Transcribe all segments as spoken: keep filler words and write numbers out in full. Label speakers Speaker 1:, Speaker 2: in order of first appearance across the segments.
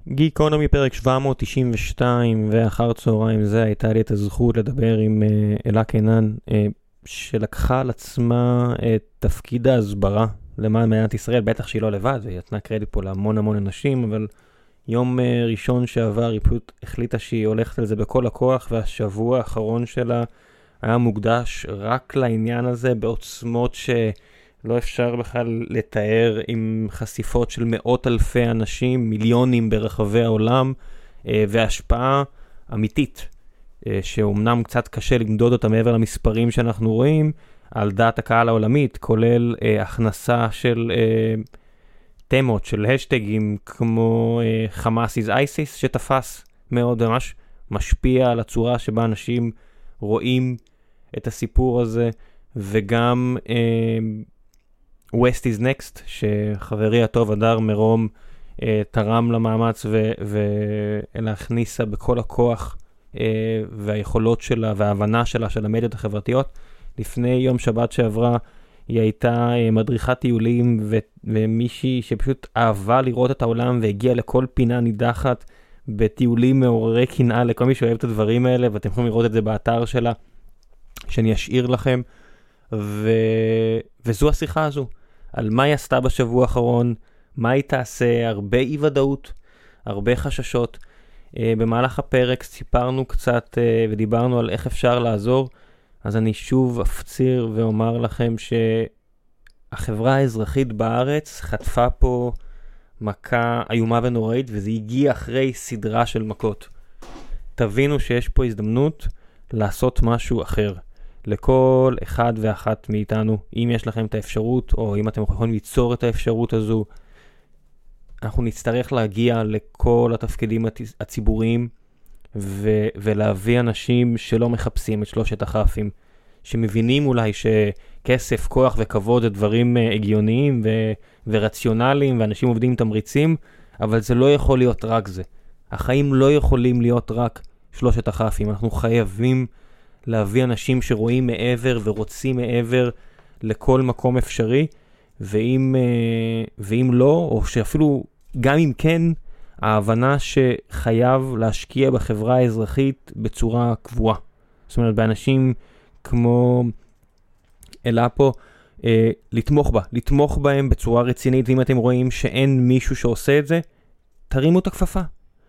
Speaker 1: גיקונומי פרק שבע מאות תשעים ושתיים, ואחר צהריים זה הייתה לי את הזכות לדבר עם uh, אלה קינן, uh, שלקחה על עצמה את תפקיד ההסברה למען מדינת ישראל. בטח שהיא לא לבד, והיא נתנה קרדיט פה להמון המון אנשים, אבל יום uh, ראשון שעבר היא פשוט החליטה שהיא הולכת על זה בכל הכוח, והשבוע האחרון שלה היה מוקדש רק לעניין הזה בעוצמות ש... לא אפשר בכלל לתאר, עם חשיפות של מאות אלפי אנשים, מיליונים ברחבי העולם, והשפעה אמיתית, שאומנם קצת קשה למדוד אותה מעבר למספרים שאנחנו רואים, על דעת הקהל העולמית, כולל הכנסה של תמות, של השטגים, כמו חמאס is ISIS, שתפס מאוד ממש, משפיע על הצורה שבה אנשים רואים את הסיפור הזה, וגם West is Next, שחברי הטוב אדר מרום אה, תרם למאמץ ו- ולהכניסה בכל הכוח אה, והיכולות שלה וההבנה שלה של המדיות החברתיות. לפני יום שבת שעברה היא הייתה אה, מדריכת טיולים ו- ומישהי שפשוט אהבה לראות את העולם והגיעה לכל פינה נידחת בטיולים מעוררי קנאה לכל מי שאוהב את הדברים האלה, ואתם יכולים לראות את זה באתר שלה שאני אשאיר לכם. ו... וזו השיחה הזו, על מה היא עשתה בשבוע האחרון, מה היא תעשה, הרבה אי ודאות, הרבה חששות. Uh, במהלך הפרק סיפרנו קצת uh, ודיברנו על איך אפשר לעזור, אז אני שוב אפציר ואומר לכם שהחברה האזרחית בארץ חטפה פה מכה איומה ונוראית, וזה הגיע אחרי סדרה של מכות. תבינו שיש פה הזדמנות לעשות משהו אחר. לכל אחד ואחת מאיתנו, אם יש לכם את האפשרות, או אם אתם יכולים ליצור את האפשרות הזו, אנחנו נצטרך להגיע לכל התפקידים הציבוריים, ו- ולהביא אנשים שלא מחפשים את שלושת החפים, שמבינים אולי שכסף, כוח וכבוד זה דברים הגיוניים ו- ורציונליים, ואנשים עובדים תמריצים, אבל זה לא יכול להיות רק זה. החיים לא יכולים להיות רק שלושת החפים, אנחנו חייבים להביא אנשים שרואים מעבר ורוצים מעבר לכל מקום אפשרי, ואם, ואם לא, או שאפילו גם אם כן, ההבנה שחייב להשקיע בחברה האזרחית בצורה קבועה. זאת אומרת, באנשים כמו אלה פה, אה, לתמוך בה, לתמוך בהם בצורה רצינית, ואם אתם רואים שאין מישהו שעושה את זה, תרימו את הכפפה.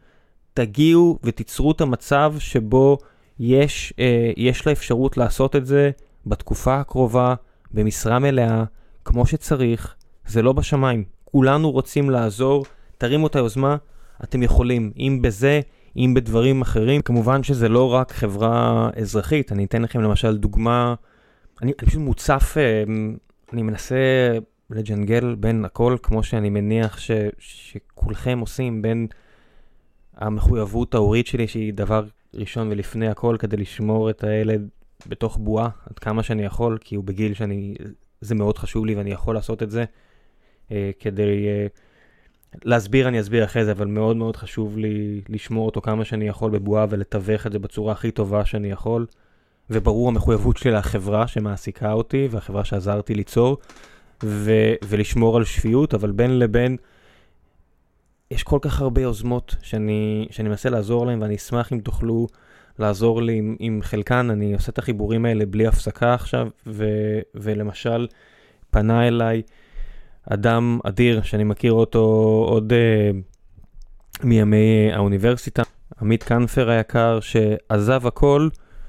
Speaker 1: תגיעו ותיצרו את המצב שבו יש, אה, יש לה אפשרות לעשות את זה בתקופה הקרובה, במשרה מלאה, כמו שצריך. זה לא בשמיים. כולנו רוצים לעזור, תרימו את היוזמה, אתם יכולים, אם בזה, אם בדברים אחרים. כמובן שזה לא רק חברה אזרחית, אני אתן לכם למשל דוגמה, אני, אני פשוט מוצף, אה, אני מנסה לג'נגל בין הכל, כמו שאני מניח ש, שכולכם עושים, בין המחויבות ההורית שלי, שהיא דבר ראשון ולפני הכל, כדי לשמור את הילד בתוך בועה, עד כמה שאני יכול, כי הוא בגיל שאני, זה מאוד חשוב לי, ואני יכול לעשות את זה, אה, כדי אה, להסביר, אני אסביר אחרי זה, אבל מאוד מאוד חשוב לי לשמור אותו כמה שאני יכול בבועה, ולתווך את זה בצורה הכי טובה שאני יכול, וברור המחויבות שלי לחברה שמעסיקה אותי, והחברה שעזרתי ליצור, ו- ולשמור על שפיות, אבל בין לבין, יש כל כך הרבה יוזמות שאני, שאני מנסה לעזור להם, ואני אשמח אם תוכלו לעזור לי עם, עם חלקן. אני עושה את החיבורים האלה בלי הפסקה עכשיו, ו, ולמשל פנה אליי אדם אדיר, שאני מכיר אותו עוד uh, מימי האוניברסיטה, עמית קנפר היקר, שעזב הכל,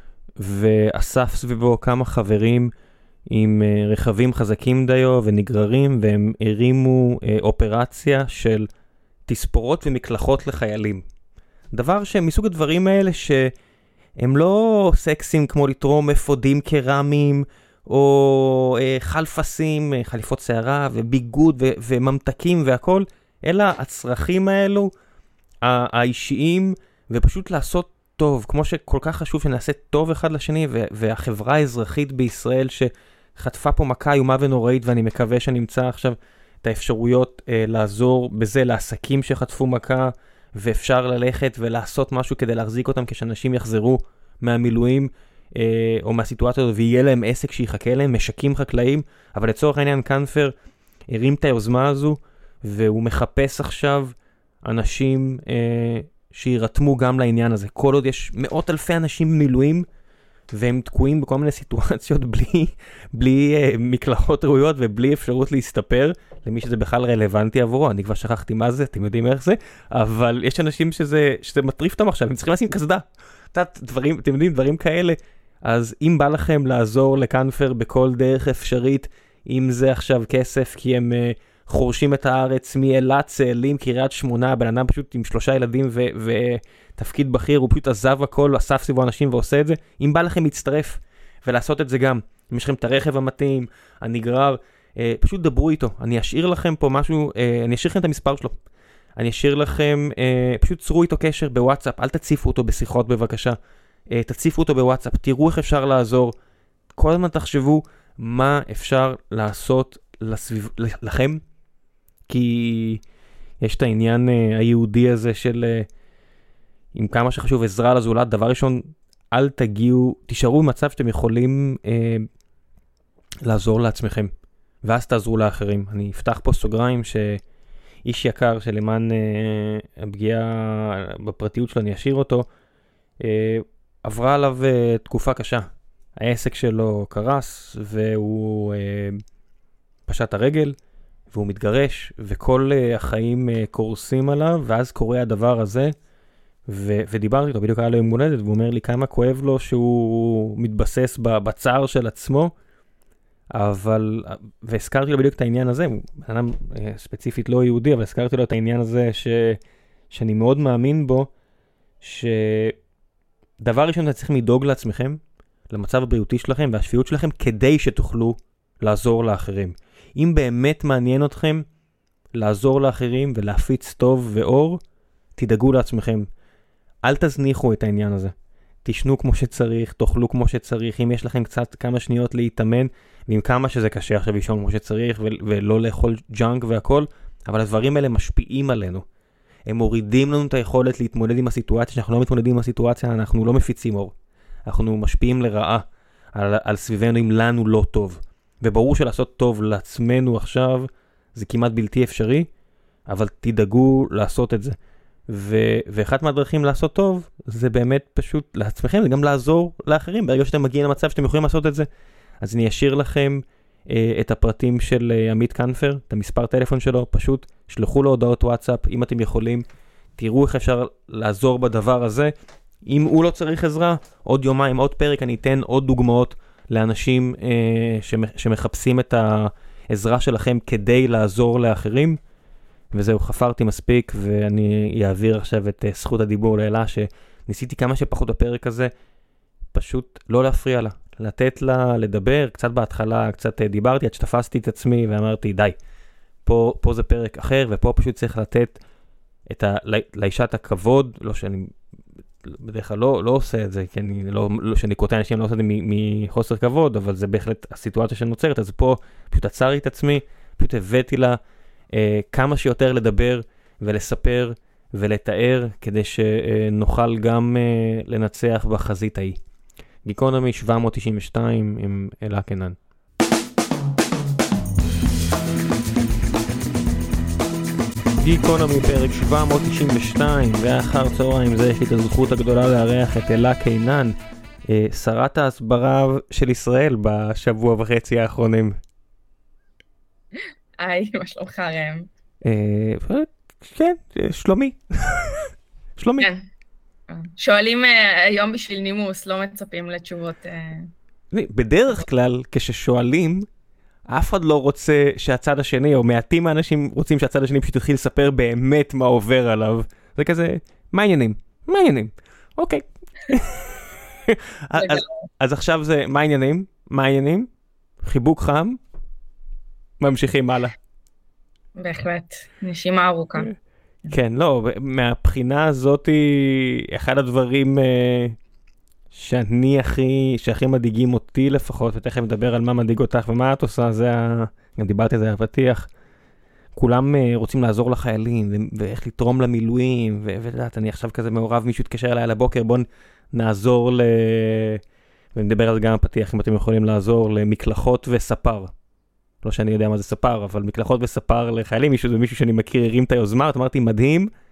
Speaker 1: ואסף סביבו כמה חברים עם uh, רכבים חזקים דיו ונגררים, והם הרימו uh, אופרציה של תספורות ומקלחות לחיילים. דבר שמסוג הדברים האלה שהם לא סקסים כמו לתרום אפודים קרמיים, או אה, חלפסים, אה, חליפות שערה וביגוד ו- וממתקים והכל, אלא הצרכים האלו האישיים, ופשוט לעשות טוב, כמו שכל כך חשוב שנעשה טוב אחד לשני, ו- והחברה האזרחית בישראל שחטפה פה מכה איומה ונוראית, ואני מקווה שנמצא עכשיו את האפשרויות אה, לעזור בזה לעסקים שחטפו מכה, ואפשר ללכת ולעשות משהו כדי להחזיק אותם כשאנשים יחזרו מהמילואים, אה, או מהסיטואציה הזאת, ויהיה להם עסק שיחכה להם, משקים חקלאים. אבל לצורך העניין קנפר הרים את היוזמה הזו, והוא מחפש עכשיו אנשים אה, שירתמו גם לעניין הזה. כל עוד יש מאות אלפי אנשים במילואים, והם תקועים בכל מיני סיטואציות בלי, בלי אה, מקלחות ראויות ובלי אפשרות להסתפר, למי שזה בכלל רלוונטי עבורו. אני כבר שכחתי מה זה, אתם יודעים איך זה, אבל יש אנשים שזה, שזה מטריף אותם עכשיו, הם צריכים לשים קסדה. דברים, אתם יודעים, דברים כאלה. אז אם בא לכם לעזור לקנפר בכל דרך אפשרית, אם זה עכשיו כסף, כי הם uh, חורשים את הארץ מאילת, צאלים, קריית שמונה, בן אדם פשוט עם שלושה ילדים ותפקיד בכיר, הוא פשוט עזב הכל, אסף סביבו אנשים ועושה את זה. אם בא לכם להצטרף ולעשות את זה גם, אם יש לכם את הרכב המתאים, הנגרר, uh, פשוט דברו איתו. אני אשאיר לכם פה משהו, uh, אני אשאיר לכם את המספר שלו. אני אשאיר לכם, uh, פשוט צרו איתו קשר בוואטסאפ, אל תציפו אותו בשיחות בבקשה. Uh, תציפו אותו בוואטסאפ, תראו איך אפשר לעזור. כל הזמן תחשבו מה אפשר לעשות לסביב, לכם, כי יש את העניין uh, היהודי הזה של uh, עם כמה שחשוב עזרה לזולת, דבר ראשון, אל תגיעו, תישארו במצב שאתם יכולים uh, לעזור לעצמכם, ואז תעזרו לאחרים. אני אפתח פה סוגריים שאיש יקר שלמען uh, הפגיעה בפרטיות שלו, אני אשאיר אותו, uh, עברה עליו uh, תקופה קשה. העסק שלו קרס, והוא uh, פשט הרגל, והוא מתגרש, וכל uh, החיים uh, קורסים עליו, ואז קורה הדבר הזה, ו- ודיברתי איתו, בדיוק היה לו יום הולדת, והוא אומר לי כמה כואב לו שהוא מתבסס בצער של עצמו, אבל, והזכרתי לו בדיוק את העניין הזה, הוא אדם uh, ספציפית לא יהודי, אבל הזכרתי לו את העניין הזה, ש- שאני מאוד מאמין בו, שדבר ראשון אתם צריכים לדאוג לעצמכם, למצב הבריאותי שלכם והשפיות שלכם, כדי שתוכלו לעזור לאחרים. אם באמת מעניין אתכם לעזור לאחרים ולהפיץ טוב ואור, תדאגו לעצמכם. אל תזניחו את העניין הזה. תשנו כמו שצריך, תאכלו כמו שצריך, אם יש לכם קצת כמה שניות להתאמן, ועם כמה שזה קשה עכשיו לישון כמו שצריך, ו- ולא לאכול ג'אנק והכל, אבל הדברים האלה משפיעים עלינו. הם מורידים לנו את היכולת להתמודד עם הסיטואציה, שאנחנו לא מתמודדים עם הסיטואציה, אנחנו לא מפיצים אור. אנחנו משפיעים לרעה על, על סביבנו אם לנו לא טוב. וברור שלעשות טוב לעצמנו עכשיו זה כמעט בלתי אפשרי, אבל תדאגו לעשות את זה. ו, ואחת מהדרכים לעשות טוב זה באמת פשוט לעצמכם, זה גם לעזור לאחרים. ברגע שאתם מגיעים למצב שאתם יכולים לעשות את זה, אז אני אשאיר לכם אה, את הפרטים של אה, עמית קנפר, את המספר טלפון שלו, פשוט שלחו לו הודעות וואטסאפ, אם אתם יכולים, תראו איך אפשר לעזור בדבר הזה. אם הוא לא צריך עזרה, עוד יומיים, עוד פרק, אני אתן עוד דוגמאות לאנשים אה, שמחפשים את העזרה שלכם כדי לעזור לאחרים. וזהו, חפרתי מספיק, ואני אעביר עכשיו את אה, זכות הדיבור לאלה, שניסיתי כמה שפחות בפרק הזה, פשוט לא להפריע לה, לתת לה לדבר, קצת בהתחלה, קצת אה, דיברתי, עד שתפסתי את עצמי ואמרתי, די, פה, פה זה פרק אחר, ופה פשוט צריך לתת את ה, לאישת הכבוד, לא שאני... בדרך כלל לא, לא עושה את זה, כי אני לא, לא שאני קוטע אנשים, לא עושה את זה מחוסר כבוד, אבל זה בהחלט הסיטואציה שנוצרת, אז פה פשוט עצרתי את עצמי, פשוט הבאתי לה אה, כמה שיותר לדבר ולספר ולתאר, כדי שנוכל גם אה, לנצח בחזית ההיא. גיקונומי שבע מאות תשעים ושתיים עם אלה קנן. גיקונומי פרק שבע מאות תשעים ושתיים, ואחר צהריים זה יש לי את הזכות הגדולה לארח את אלה קנן, אה, שרת ההסברה של ישראל בשבוע וחצי האחרונים.
Speaker 2: היי, מה שלומך ראם?
Speaker 1: אה, כן, שלומי. שלומי.
Speaker 2: כן. שואלים אה, היום בשביל נימוס, לא מצפים לתשובות. אה...
Speaker 1: בדרך כלל כששואלים, אף אחד לא רוצה שהצד השני, או מעטים האנשים רוצים שהצד השני פשוט יתחיל לספר באמת מה עובר עליו. זה כזה, מה העניינים? מה העניינים? אוקיי. אז, אז עכשיו זה, מה העניינים? מה העניינים? חיבוק חם? ממשיכים הלאה.
Speaker 2: בהחלט, נשימה ארוכה.
Speaker 1: כן, לא, מהבחינה הזאת, אחד הדברים... שאני הכי, שהכי מדאיגים אותי לפחות, ותכף מדבר על מה מדאיג אותך ומה את עושה, זה ה... גם דיברתי על זה הפתיח. כולם uh, רוצים לעזור לחיילים, ו- ואיך לתרום למילואים, ו- ודעת, אני עכשיו כזה מעורב, מישהו התקשר אליי לבוקר, בואו נעזור ל... ונדבר על זה גם הפתיח, אם אתם יכולים לעזור למקלחות וספר. לא שאני יודע מה זה ספר, אבל מקלחות וספר לחיילים, מישהו, זה מישהו שאני מכיר, הרים את היוזמה, אמרתי, מדהים,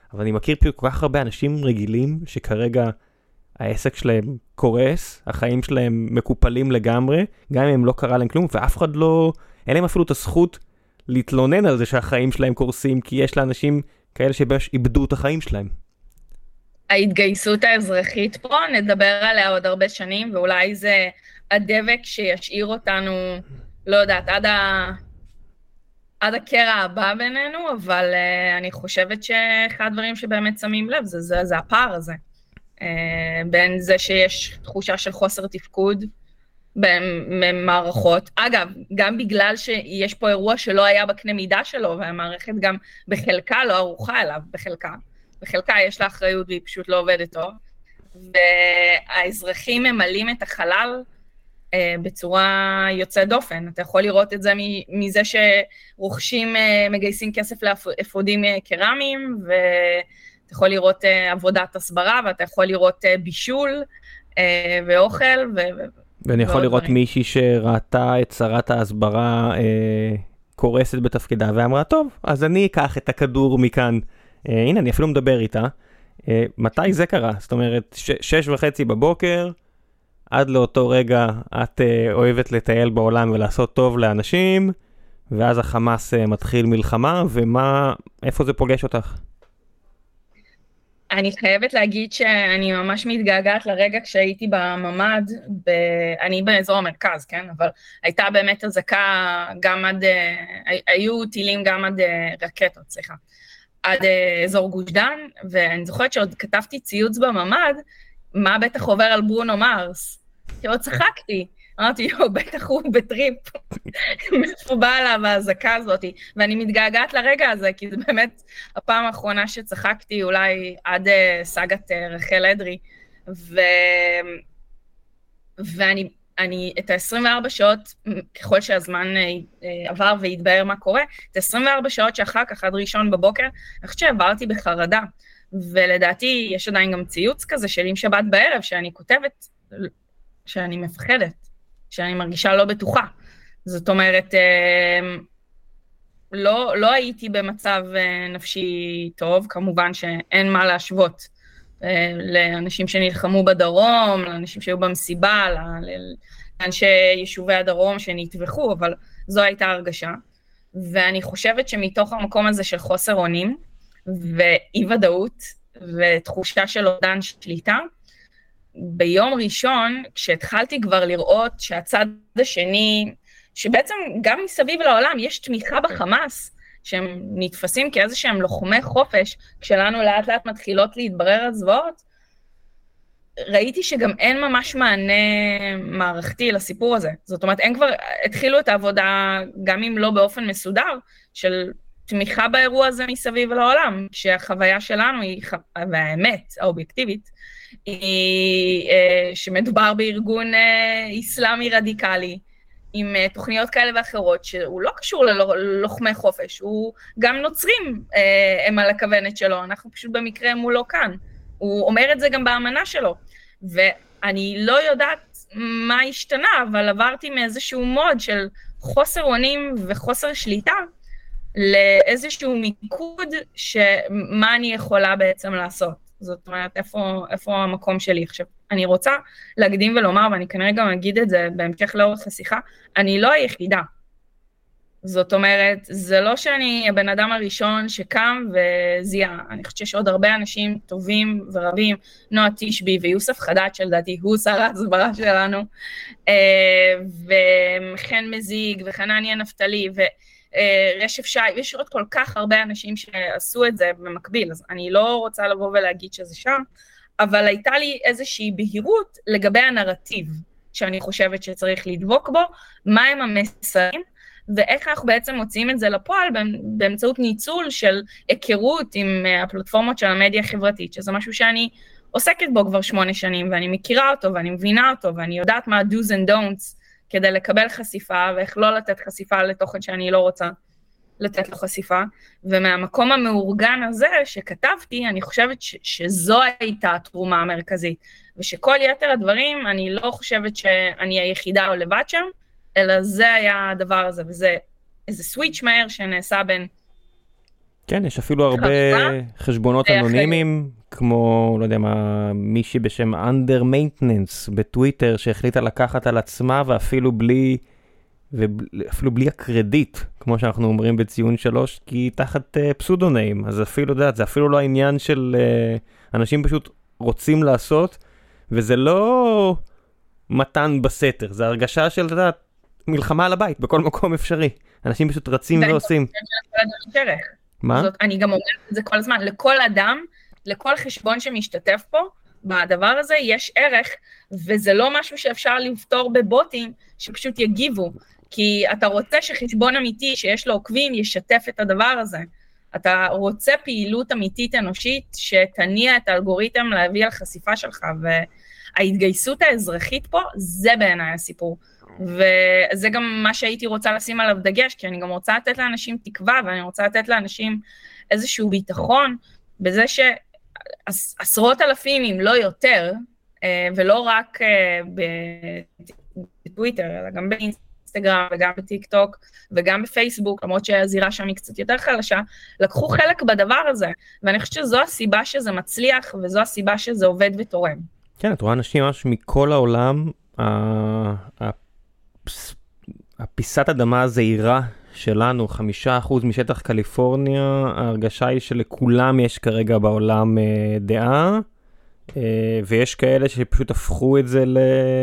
Speaker 1: אבל אני מכיר פה כל כך הרבה אנשים רגילים, שכרגע העסק שלהם קורס, החיים שלהם מקופלים לגמרי, גם אם הם לא קרה להם כלום, ואף אחד לא, אין להם אפילו את הזכות להתלונן על זה שהחיים שלהם קורסים, כי יש לאנשים כאלה שבאש איבדו את החיים שלהם.
Speaker 2: ההתגייסות האזרחית פה, נדבר עליה עוד הרבה שנים, ואולי זה הדבק שישאיר אותנו, לא יודעת, עד ה... עד הקרע הבא בינינו, אבל uh, אני חושבת שאחד הדברים שבאמת שמים לב, זה, זה, זה הפער הזה. Uh, בין זה שיש תחושה של חוסר תפקוד במערכות. אגב, גם בגלל שיש פה אירוע שלא היה בקנה מידה שלו, והמערכת גם בחלקה לא ערוכה אליו, בחלקה. בחלקה יש לה אחריות והיא פשוט לא עובדת טוב. והאזרחים ממלאים את החלל, בצורה יוצאת דופן. אתה יכול לראות את זה מזה שרוכשים, מגייסים כסף לאפודים קרמיים, ואתה יכול לראות עבודת הסברה, ואתה יכול לראות בישול ואוכל.
Speaker 1: ואני יכול לראות מישהי שראתה את שרת ההסברה קורסת בתפקידה, ואמרה, טוב, אז אני אקח את הכדור מכאן. הנה, אני אפילו מדבר איתה. מתי זה קרה? זאת אומרת, שש וחצי בבוקר, עד לאותו רגע את uh, אוהבת לטייל בעולם ולעשות טוב לאנשים, ואז החמאס uh, מתחיל מלחמה, ומה, איפה זה פוגש אותך?
Speaker 2: אני חייבת להגיד שאני ממש מתגעגעת לרגע כשהייתי בממד, ב... אני באזור המרכז, כן? אבל הייתה באמת הזקה גם עד, uh, היו טילים גם עד uh, רקטות, סליחה, עד uh, אזור גוש דן, ואני זוכרת שעוד כתבתי ציוץ בממד, מה בטח עובר על ברונו מרס? שעוד צחקתי, אמרתי, יו, בטח הוא בטריפ, מאיפה באה עליו ההזקה הזאת, ואני מתגעגעת לרגע הזה, כי זה באמת הפעם האחרונה שצחקתי, אולי עד uh, סגת uh, רחל אדרי, ו... ואני אני, את ה-עשרים וארבע שעות, ככל שהזמן uh, עבר והתבהר מה קורה, את ה-עשרים וארבע שעות שאחר כך, עד ראשון בבוקר, אני חושבת שעברתי בחרדה, ולדעתי יש עדיין גם ציוץ כזה של עם שבת בערב, שאני כותבת, שאני מפחדת, שאני מרגישה לא בטוחה. זאת אומרת, לא, לא הייתי במצב נפשי טוב, כמובן שאין מה להשוות לאנשים שנלחמו בדרום, לאנשים שהיו במסיבה, לאנשי יישובי הדרום שנטבחו, אבל זו הייתה הרגשה. ואני חושבת שמתוך המקום הזה של חוסר אונים, ואי ודאות, ותחושה של אובדן שליטה, ביום ראשון, כשהתחלתי כבר לראות שהצד השני, שבעצם גם מסביב לעולם יש תמיכה בחמאס, שהם נתפסים כאיזה שהם לוחמי חופש, כשלנו לאט לאט מתחילות להתברר הזוועות, ראיתי שגם אין ממש מענה מערכתי לסיפור הזה. זאת אומרת, הם כבר התחילו את העבודה, גם אם לא באופן מסודר, של תמיכה באירוע הזה מסביב לעולם, שהחוויה שלנו היא, והאמת האובייקטיבית, היא שמדובר בארגון איסלאמי רדיקלי, עם תוכניות כאלה ואחרות, שהוא לא קשור ללוחמי חופש, הוא גם נוצרים הם על הכוונת שלו, אנחנו פשוט במקרה מולו כאן. הוא אומר את זה גם באמנה שלו, ואני לא יודעת מה השתנה, אבל עברתי מאיזשהו מוד של חוסר אונים וחוסר שליטה, לאיזשהו מיקוד שמה אני יכולה בעצם לעשות. זאת אומרת, איפה, איפה המקום שלי עכשיו? אני רוצה להקדים ולומר, ואני כנראה גם אגיד את זה בהמשך לאורך השיחה, אני לא היחידה. זאת אומרת, זה לא שאני הבן אדם הראשון שקם וזיהה. אני חושבת שיש עוד הרבה אנשים טובים ורבים, נועה תשבי ויוסף חדד, שלדעתי הוא שר ההסברה שלנו, וחן מזיג וחנניה נפתלי, ורשף שי, ויש עוד כל כך הרבה אנשים שעשו את זה במקביל, אז אני לא רוצה לבוא ולהגיד שזה שם, אבל הייתה לי איזושהי בהירות לגבי הנרטיב, שאני חושבת שצריך לדבוק בו, מהם המסרים, ואיך אנחנו בעצם מוצאים את זה לפועל באמצעות ניצול של היכרות עם הפלטפורמות של המדיה החברתית, שזה משהו שאני עוסקת בו כבר שמונה שנים, ואני מכירה אותו, ואני מבינה אותו, ואני יודעת מה ה-do's and don'ts כדי לקבל חשיפה, ואיך לא לתת חשיפה לתוכן שאני לא רוצה לתת לו חשיפה, ומהמקום המאורגן הזה שכתבתי, אני חושבת ש- שזו הייתה התרומה המרכזית, ושכל יתר הדברים, אני לא חושבת שאני היחידה או לבד שם, אלא זה היה הדבר הזה, וזה איזה סוויץ' מהר שנעשה בין
Speaker 1: כן, יש אפילו הרבה חשבונות אנונימיים, כמו, לא יודע מה, מישהי בשם Under Maintenance בטוויטר, שהחליטה לקחת על עצמה, ואפילו בלי, ואפילו בלי הקרדיט, כמו שאנחנו אומרים בציון שלוש, כי היא תחת uh, פסודוניים, אז אפילו, יודעת, זה אפילו לא העניין של uh, אנשים פשוט רוצים לעשות, וזה לא מתן בסתר, זה הרגשה של, יודעת, מלחמה על הבית, בכל מקום אפשרי. אנשים פשוט רצים ועושים. מה?
Speaker 2: זאת, אני גם אומרת את זה כל הזמן, לכל אדם, לכל חשבון שמשתתף פה, בדבר הזה יש ערך, וזה לא משהו שאפשר לפתור בבוטים, שפשוט יגיבו, כי אתה רוצה שחשבון אמיתי, שיש לו עוקבים, ישתף את הדבר הזה. אתה רוצה פעילות אמיתית אנושית, שתניע את האלגוריתם להביא על חשיפה שלך, וההתגייסות האזרחית פה, זה בעיניי הסיפור. וזה גם מה שהייתי רוצה לשים עליו דגש, כי אני גם רוצה לתת לאנשים תקווה, ואני רוצה לתת לאנשים איזשהו ביטחון, בזה שעשרות אלפים, אם לא יותר, ולא רק בטוויטר, אלא גם באינסטגרם, וגם בטיק טוק, וגם בפייסבוק, למרות שהזירה שם היא קצת יותר חלשה, לקחו חלק בדבר הזה, ואני חושבת שזו הסיבה שזה מצליח, וזו הסיבה שזה עובד ותורם.
Speaker 1: כן, את רואה אנשים ממש מכל העולם, הפיסת אדמה הזעירה שלנו, חמישה אחוז משטח קליפורניה, ההרגשה היא שלכולם יש כרגע בעולם דעה, ויש כאלה שפשוט הפכו את זה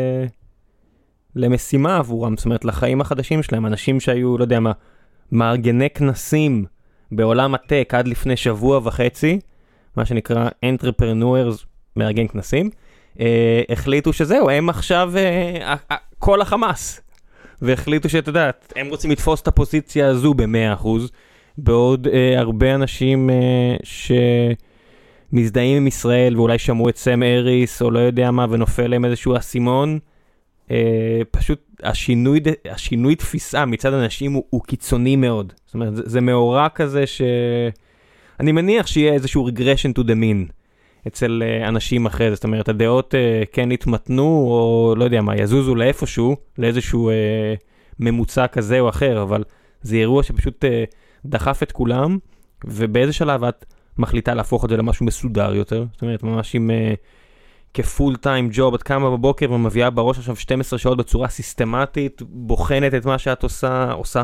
Speaker 1: למשימה עבורם, זאת אומרת לחיים החדשים שלהם, אנשים שהיו, לא יודע מה, מארגני כנסים בעולם הטק עד לפני שבוע וחצי, מה שנקרא entrepreneurs מארגן כנסים, החליטו שזהו, הם עכשיו כל החמאס. והחליטו שאתה יודעת, הם רוצים לתפוס את הפוזיציה הזו ב-מאה אחוז, בעוד אה, הרבה אנשים אה, שמזדהים עם ישראל, ואולי שמעו את סם אריס, או לא יודע מה, ונופל להם איזשהו אסימון, אה, פשוט השינוי, השינוי תפיסה מצד אנשים הוא, הוא קיצוני מאוד. זאת אומרת, זה, זה מאורע כזה ש... אני מניח שיהיה איזשהו regression to the mean, אצל אנשים אחרי זה, זאת אומרת, הדעות כן יתמתנו, או לא יודע מה, יזוזו לאיפשהו, לאיזשהו ממוצע כזה או אחר, אבל זה אירוע שפשוט דחף את כולם, ובאיזה שלב את מחליטה להפוך את זה למשהו מסודר יותר, זאת אומרת, ממש עם כפול טיים ג'וב, את קמה בבוקר ומביאה בראש עכשיו שתים עשרה שעות בצורה סיסטמטית, בוחנת את מה שאת עושה, עושה?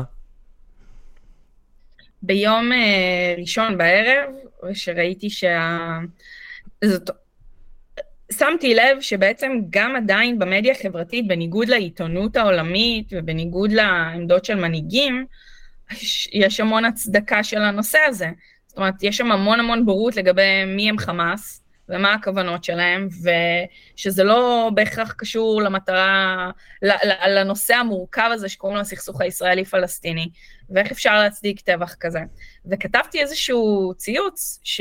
Speaker 2: ביום ראשון בערב, שראיתי שה... זאת, שמתי לב שבעצם גם עדיין במדיה החברתית, בניגוד לעיתונות העולמית ובניגוד לעמדות של מנהיגים, יש, יש המון הצדקה של הנושא הזה. זאת אומרת, יש שם המון המון בורות לגבי מי הם חמאס ומה הכוונות שלהם, ושזה לא בהכרח קשור למטרה, לנושא המורכב הזה שקוראים לו הסכסוך הישראלי-פלסטיני, ואיך אפשר להצדיק טבח כזה. וכתבתי איזשהו ציוץ ש...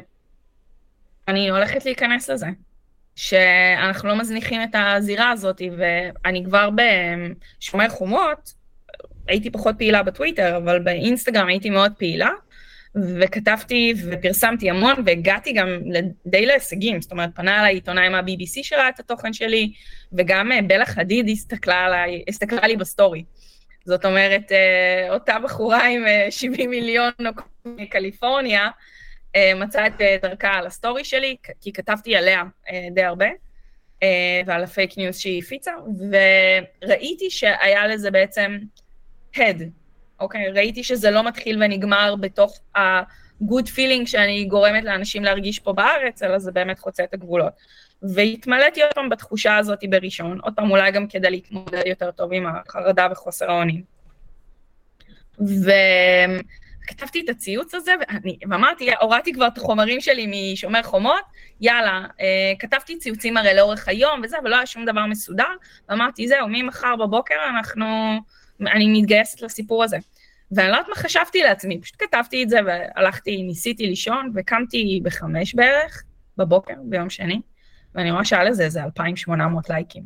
Speaker 2: אני הולכת להיכנס לזה, שאנחנו לא מזניחים את הזירה הזאת, ואני כבר בשומר חומות, הייתי פחות פעילה בטוויטר, אבל באינסטגרם הייתי מאוד פעילה, וכתבתי ופרסמתי המון, והגעתי גם די להישגים, זאת אומרת, פנה על העיתונאי מה-בי בי סי שראה את התוכן שלי, וגם בלה חדיד הסתכלה, עליי, הסתכלה לי בסטורי. זאת אומרת, אותה בחורה עם שבעים מיליון מקליפורניה, מצאה את דרכה על הסטורי שלי, כי כתבתי עליה די הרבה, ועל הפייק ניוז שהיא הפיצה, וראיתי שהיה לזה בעצם הד, אוקיי? ראיתי שזה לא מתחיל ונגמר בתוך ה-good feeling שאני גורמת לאנשים להרגיש פה בארץ, אלא זה באמת חוצה את הגבולות. והתמלאתי עוד פעם בתחושה הזאת בראשון, עוד פעם אולי גם כדי להתמודד יותר טוב עם החרדה וחוסר האונים. ו... כתבתי את הציוץ הזה, ואני, ואמרתי, הורדתי כבר את החומרים שלי משומר חומות, יאללה, אה, כתבתי ציוצים הרי לאורך היום וזה, אבל לא היה שום דבר מסודר, ואמרתי, זהו, ממחר בבוקר אנחנו, אני מתגייסת לסיפור הזה. ואני לא יודעת מה חשבתי לעצמי, פשוט כתבתי את זה, והלכתי, ניסיתי לישון, וקמתי בחמש בערך, בבוקר, ביום שני, ואני רואה שהיה לזה איזה אלפיים ושמונה מאות לייקים.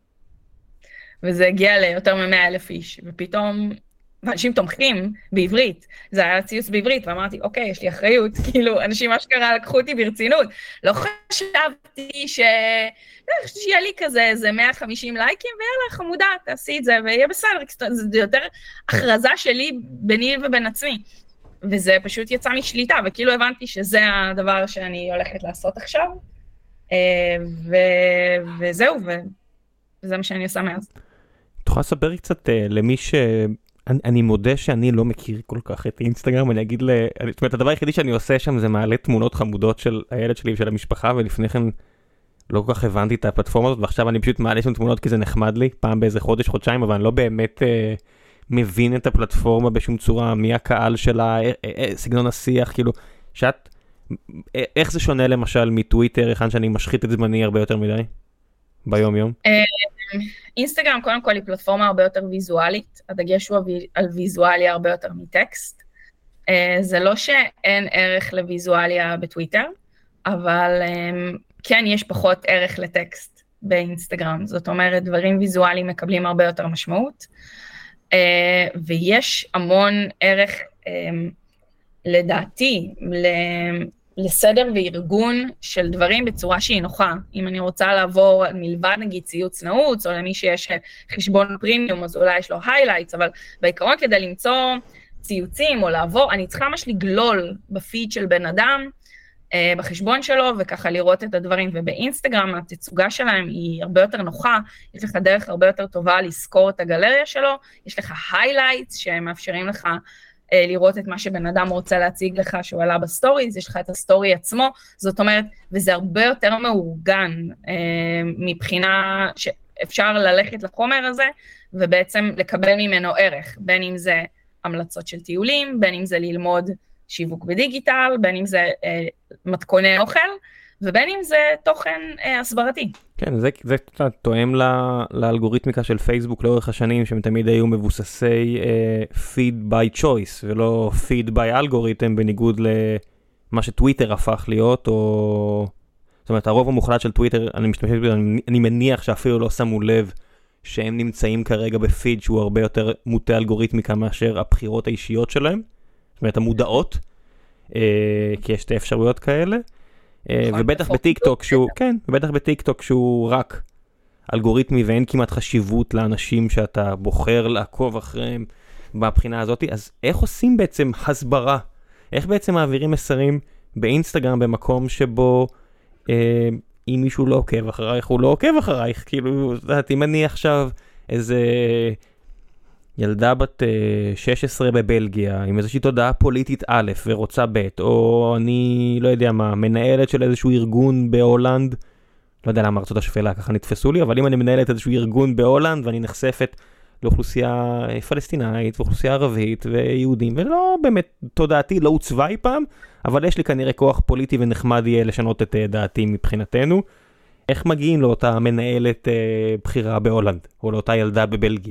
Speaker 2: וזה הגיע ליותר מ-מאה אלף איש, ופתאום... ואנשים תומכים בעברית, זה היה ציוץ בעברית, ואמרתי, אוקיי, יש לי אחריות, כאילו, אנשים אשכרה לקחו אותי ברצינות, לא חשבתי ש... שיהיה לי כזה, איזה מאה וחמישים לייקים, ויאללה, חמודה, תעשי את זה, ויהיה בסדר, זה יותר הכרזה שלי ביני ובין עצמי. וזה פשוט יצא משליטה, וכאילו הבנתי שזה הדבר שאני הולכת לעשות עכשיו, ו- וזהו, וזה מה שאני עושה מאז.
Speaker 1: תוכל לספר קצת למי ש... אני, אני מודה שאני לא מכיר כל כך את אינסטגרם, אני אגיד ל... זאת אומרת, הדבר היחידי שאני עושה שם זה מעלה תמונות חמודות של הילד שלי ושל המשפחה, ולפני כן לא כל כך הבנתי את הפלטפורמה הזאת, ועכשיו אני פשוט מעלה שם תמונות כי זה נחמד לי, פעם באיזה חודש, חודשיים, אבל אני לא באמת אה, מבין את הפלטפורמה בשום צורה, מי הקהל שלה, אה, אה, אה, סגנון השיח, כאילו, שאת, אה, איך זה שונה למשל מטוויטר, היכן שאני משחית את זמני הרבה יותר מדי, ביום יום?
Speaker 2: אינסטגרם קודם כל היא פלטפורמה הרבה יותר ויזואלית, הדגש הוא על ויזואליה הרבה יותר מטקסט. זה לא שאין ערך לויזואליה בטוויטר, אבל כן יש פחות ערך לטקסט באינסטגרם, זאת אומרת דברים ויזואליים מקבלים הרבה יותר משמעות, ויש המון ערך לדעתי לסדר וארגון של דברים בצורה שהיא נוחה. אם אני רוצה לעבור מלבד נגיד ציוץ נעוץ, או למי שיש חשבון פרימיום, אז אולי יש לו highlights, אבל בעיקרון כדי למצוא ציוצים או לעבור, אני צריכה ממש לגלול בפיד של בן אדם, אה, בחשבון שלו, וככה לראות את הדברים. ובאינסטגרם התצוגה שלהם היא הרבה יותר נוחה, יש לך דרך הרבה יותר טובה לזכור את הגלריה שלו, יש לך highlights שמאפשרים לך לראות את מה שבן אדם רוצה להציג לך שהוא עלה בסטוריז, יש לך את הסטורי עצמו, זאת אומרת, וזה הרבה יותר מאורגן אה, מבחינה שאפשר ללכת לחומר הזה, ובעצם לקבל ממנו ערך, בין אם זה המלצות של טיולים, בין אם זה ללמוד שיווק בדיגיטל, בין אם זה אה, מתכוני אוכל, ובין אם זה תוכן אה, הסברתי.
Speaker 1: כן, זה, זה תואם לה, לאלגוריתמיקה של פייסבוק לאורך השנים, שהם תמיד היו מבוססי uh, feed by choice, ולא feed by algorithm, בניגוד למה שטוויטר הפך להיות, או... זאת אומרת, הרוב המוחלט של טוויטר, אני משתמש בזה, אני, אני מניח שאפילו לא שמו לב, שהם נמצאים כרגע בפיד, שהוא הרבה יותר מוטה אלגוריתמיקה, מאשר הבחירות האישיות שלהם, זאת אומרת, המודעות, uh, כי יש שתי אפשרויות כאלה, ובטח בטיקטוק שהוא, כן, ובטח בטיקטוק שהוא רק אלגוריתמי ואין כמעט חשיבות לאנשים שאתה בוחר לעקוב אחריהם בבחינה הזאת. אז איך עושים בעצם הסברה? איך בעצם מעבירים מסרים באינסטגרם במקום שבו אה, אם מישהו לא עוקב אחרייך, הוא לא עוקב אחרייך? כאילו, זאת, אם אני עכשיו איזה ילדה בת שש עשרה בבלגיה, עם איזושהי תודעה פוליטית א' ורוצה ב', או אני לא יודע מה, מנהלת של איזשהו ארגון בהולנד, לא יודע למה ארצות השפלה ככה נתפסו לי, אבל אם אני מנהלת איזשהו ארגון בהולנד, ואני נחשפת לאוכלוסייה פלסטינאית, ואוכלוסייה ערבית, ויהודים, ולא באמת תודעתי, לא הוצבה אי פעם, אבל יש לי כנראה כוח פוליטי ונחמד יהיה לשנות את דעתי מבחינתנו. איך מגיעים לאותה מנהלת בחירה בהולנד, או לאותה ילדה בבלגיה?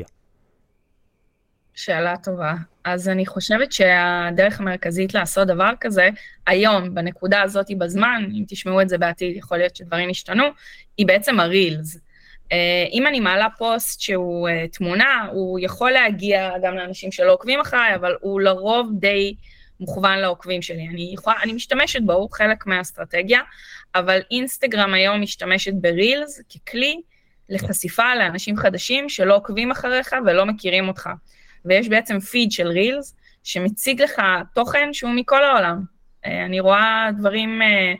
Speaker 2: שאלה טובה. אז אני חושבת שהדרך המרכזית לעשות דבר כזה, היום, בנקודה הזאת בזמן, אם תשמעו את זה בעתיד, יכול להיות שדברים ישתנו, היא בעצם הרילס. אם אני מעלה פוסט שהוא תמונה, הוא יכול להגיע גם לאנשים שלא עוקבים אחריי, אבל הוא לרוב די מוכוון לעוקבים שלי. אני, יכולה, אני משתמשת בו, הוא חלק מהאסטרטגיה, אבל אינסטגרם היום משתמשת ברילס ככלי לחשיפה לאנשים חדשים שלא עוקבים אחריך ולא מכירים אותך. ויש בעצם פיד של רילס, שמציג לך תוכן שהוא מכל העולם. אני רואה דברים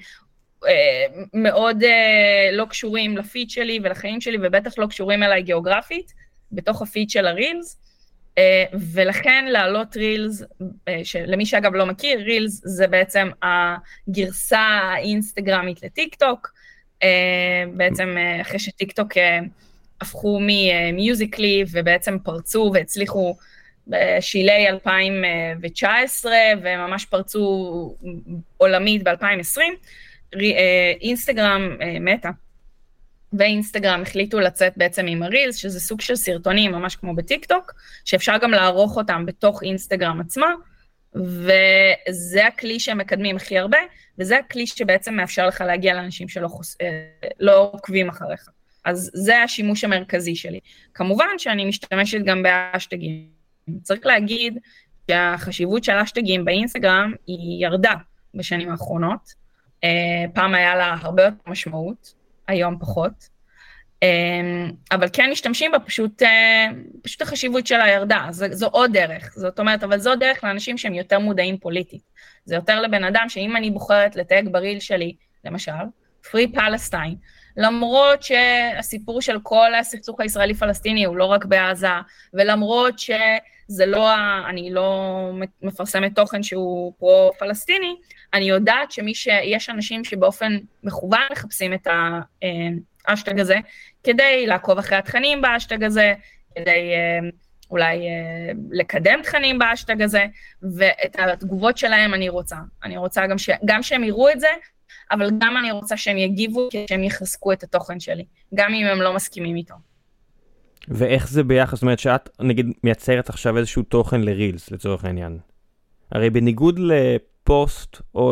Speaker 2: מאוד לא קשורים לפיד שלי ולחיים שלי, ובטח לא קשורים אליי גיאוגרפית, בתוך הפיד של הרילס, ולכן לעלות רילס, למי שאגב לא מכיר, רילס זה בעצם הגרסה האינסטגרמית לטיקטוק, בעצם אחרי שטיקטוק הפכו ממיוזיקלי, ובעצם פרצו והצליחו בשילי אלפיים תשע עשרה, וממש פרצו עולמית ב-אלפיים עשרים, אינסטגרם מטה, ואינסטגרם החליטו לצאת בעצם עם הרילס, שזה סוג של סרטונים, ממש כמו בטיקטוק, שאפשר גם לערוך אותם בתוך אינסטגרם עצמה, וזה הכלי שהם מקדמים הכי הרבה, וזה הכלי שבעצם מאפשר לך להגיע לאנשים שלא חוס... לא עוקבים אחריך. אז זה השימוש המרכזי שלי. כמובן שאני משתמשת גם בהשטגים. צריך להגיד שהחשיבות של השטגים באינסטגרם היא ירדה בשנים האחרונות. פעם היה לה הרבה יותר משמעות, היום פחות. אבל כן משתמשים בה, פשוט, פשוט החשיבות שלה ירדה, זו, זו עוד דרך, זאת אומרת, אבל זו דרך לאנשים שהם יותר מודעים פוליטית, זה יותר לבן אדם שאם אני בוחרת לתייג בריל שלי, למשל, Free Palestine, למרות שהסיפור של כל הסכסוך הישראלי-פלסטיני הוא לא רק בעזה, ולמרות שזה לא, אני לא מפרסמת תוכן שהוא פרו-פלסטיני, אני יודעת שמי שיש אנשים שבאופן מכוון מחפשים את האשטג הזה, כדי לעקוב אחרי התכנים באשטג הזה, כדי אולי לקדם תכנים באשטג הזה, ואת התגובות שלהם אני רוצה. אני רוצה גם, ש... גם שהם יראו את זה, אבל גם אני רוצה שהם יגיבו, שהם יחזקו את התוכן שלי, גם אם הם לא מסכימים איתו.
Speaker 1: ואיך זה ביחס? זאת אומרת שאת, נגיד, מייצרת עכשיו איזשהו תוכן לרילס, לצורך העניין. הרי בניגוד לפוסט או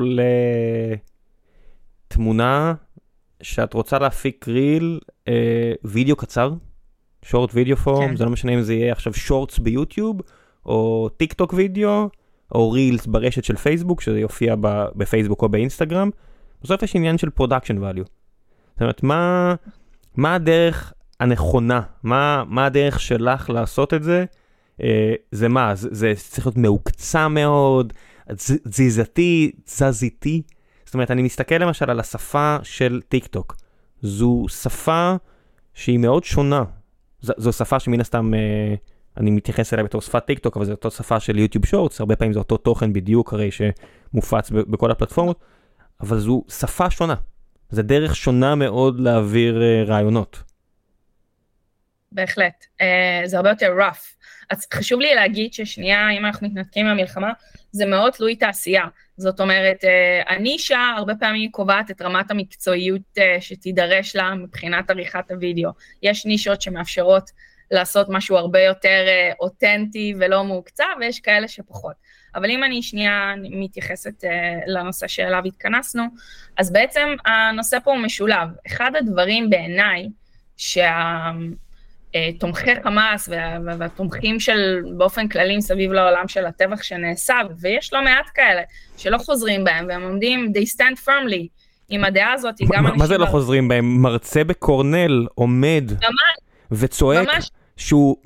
Speaker 1: לתמונה, שאת רוצה להפיק ריל, אה, וידאו קצר, שורט וידאו פורם, כן. זה לא משנה אם זה יהיה עכשיו שורטס ביוטיוב, או טיק טוק וידאו, או רילס ברשת של פייסבוק, שזה יופיע בפייסבוק או באינסטגרם, בסוף יש עניין של production value. זאת אומרת, מה, מה הדרך הנכונה? מה, מה הדרך שלך לעשות את זה? אה, זה מה? זה, זה צריך להיות מעוקצה מאוד, תזיזתי, תזזיתי. זאת אומרת, אני מסתכל למשל על השפה של טיק טוק. זו שפה שהיא מאוד שונה. זו, זו שפה שמן הסתם, אה, אני מתייחס אליה בתור שפת טיק טוק, אבל זו אותו שפה של יוטיוב שורטס, הרבה פעמים זה אותו תוכן בדיוק הרי שמופץ ב- בכל הפלטפורמות, אבל זו שפה שונה. זה דרך שונה מאוד להעביר uh, רעיונות.
Speaker 2: בהחלט. Uh, זה הרבה יותר rough. אז חשוב לי להגיד ששנייה, אם אנחנו מתנתקים מהמלחמה, זה מאוד תלוי תעשייה. זאת אומרת, uh, הנישה הרבה פעמים קובעת את רמת המקצועיות uh, שתידרש לה מבחינת עריכת הוידאו. יש נישות שמאפשרות לעשות משהו הרבה יותר uh, אותנטי ולא מוקצה, ויש כאלה שפחות. אבל אם אני שנייה מתייחסת uh, לנושא שאליו התכנסנו, אז בעצם הנושא פה הוא משולב. אחד הדברים בעיניי, שהתומכי חמאס וה, והתומכים של באופן כללי סביב לעולם של הטבח שנעשה, ויש לא מעט כאלה שלא חוזרים בהם, והם עומדים, they stand firmly עם הדעה הזאת. גם
Speaker 1: מה זה לא חוזרים בהם? מרצה בקורנל עומד וצועק שהוא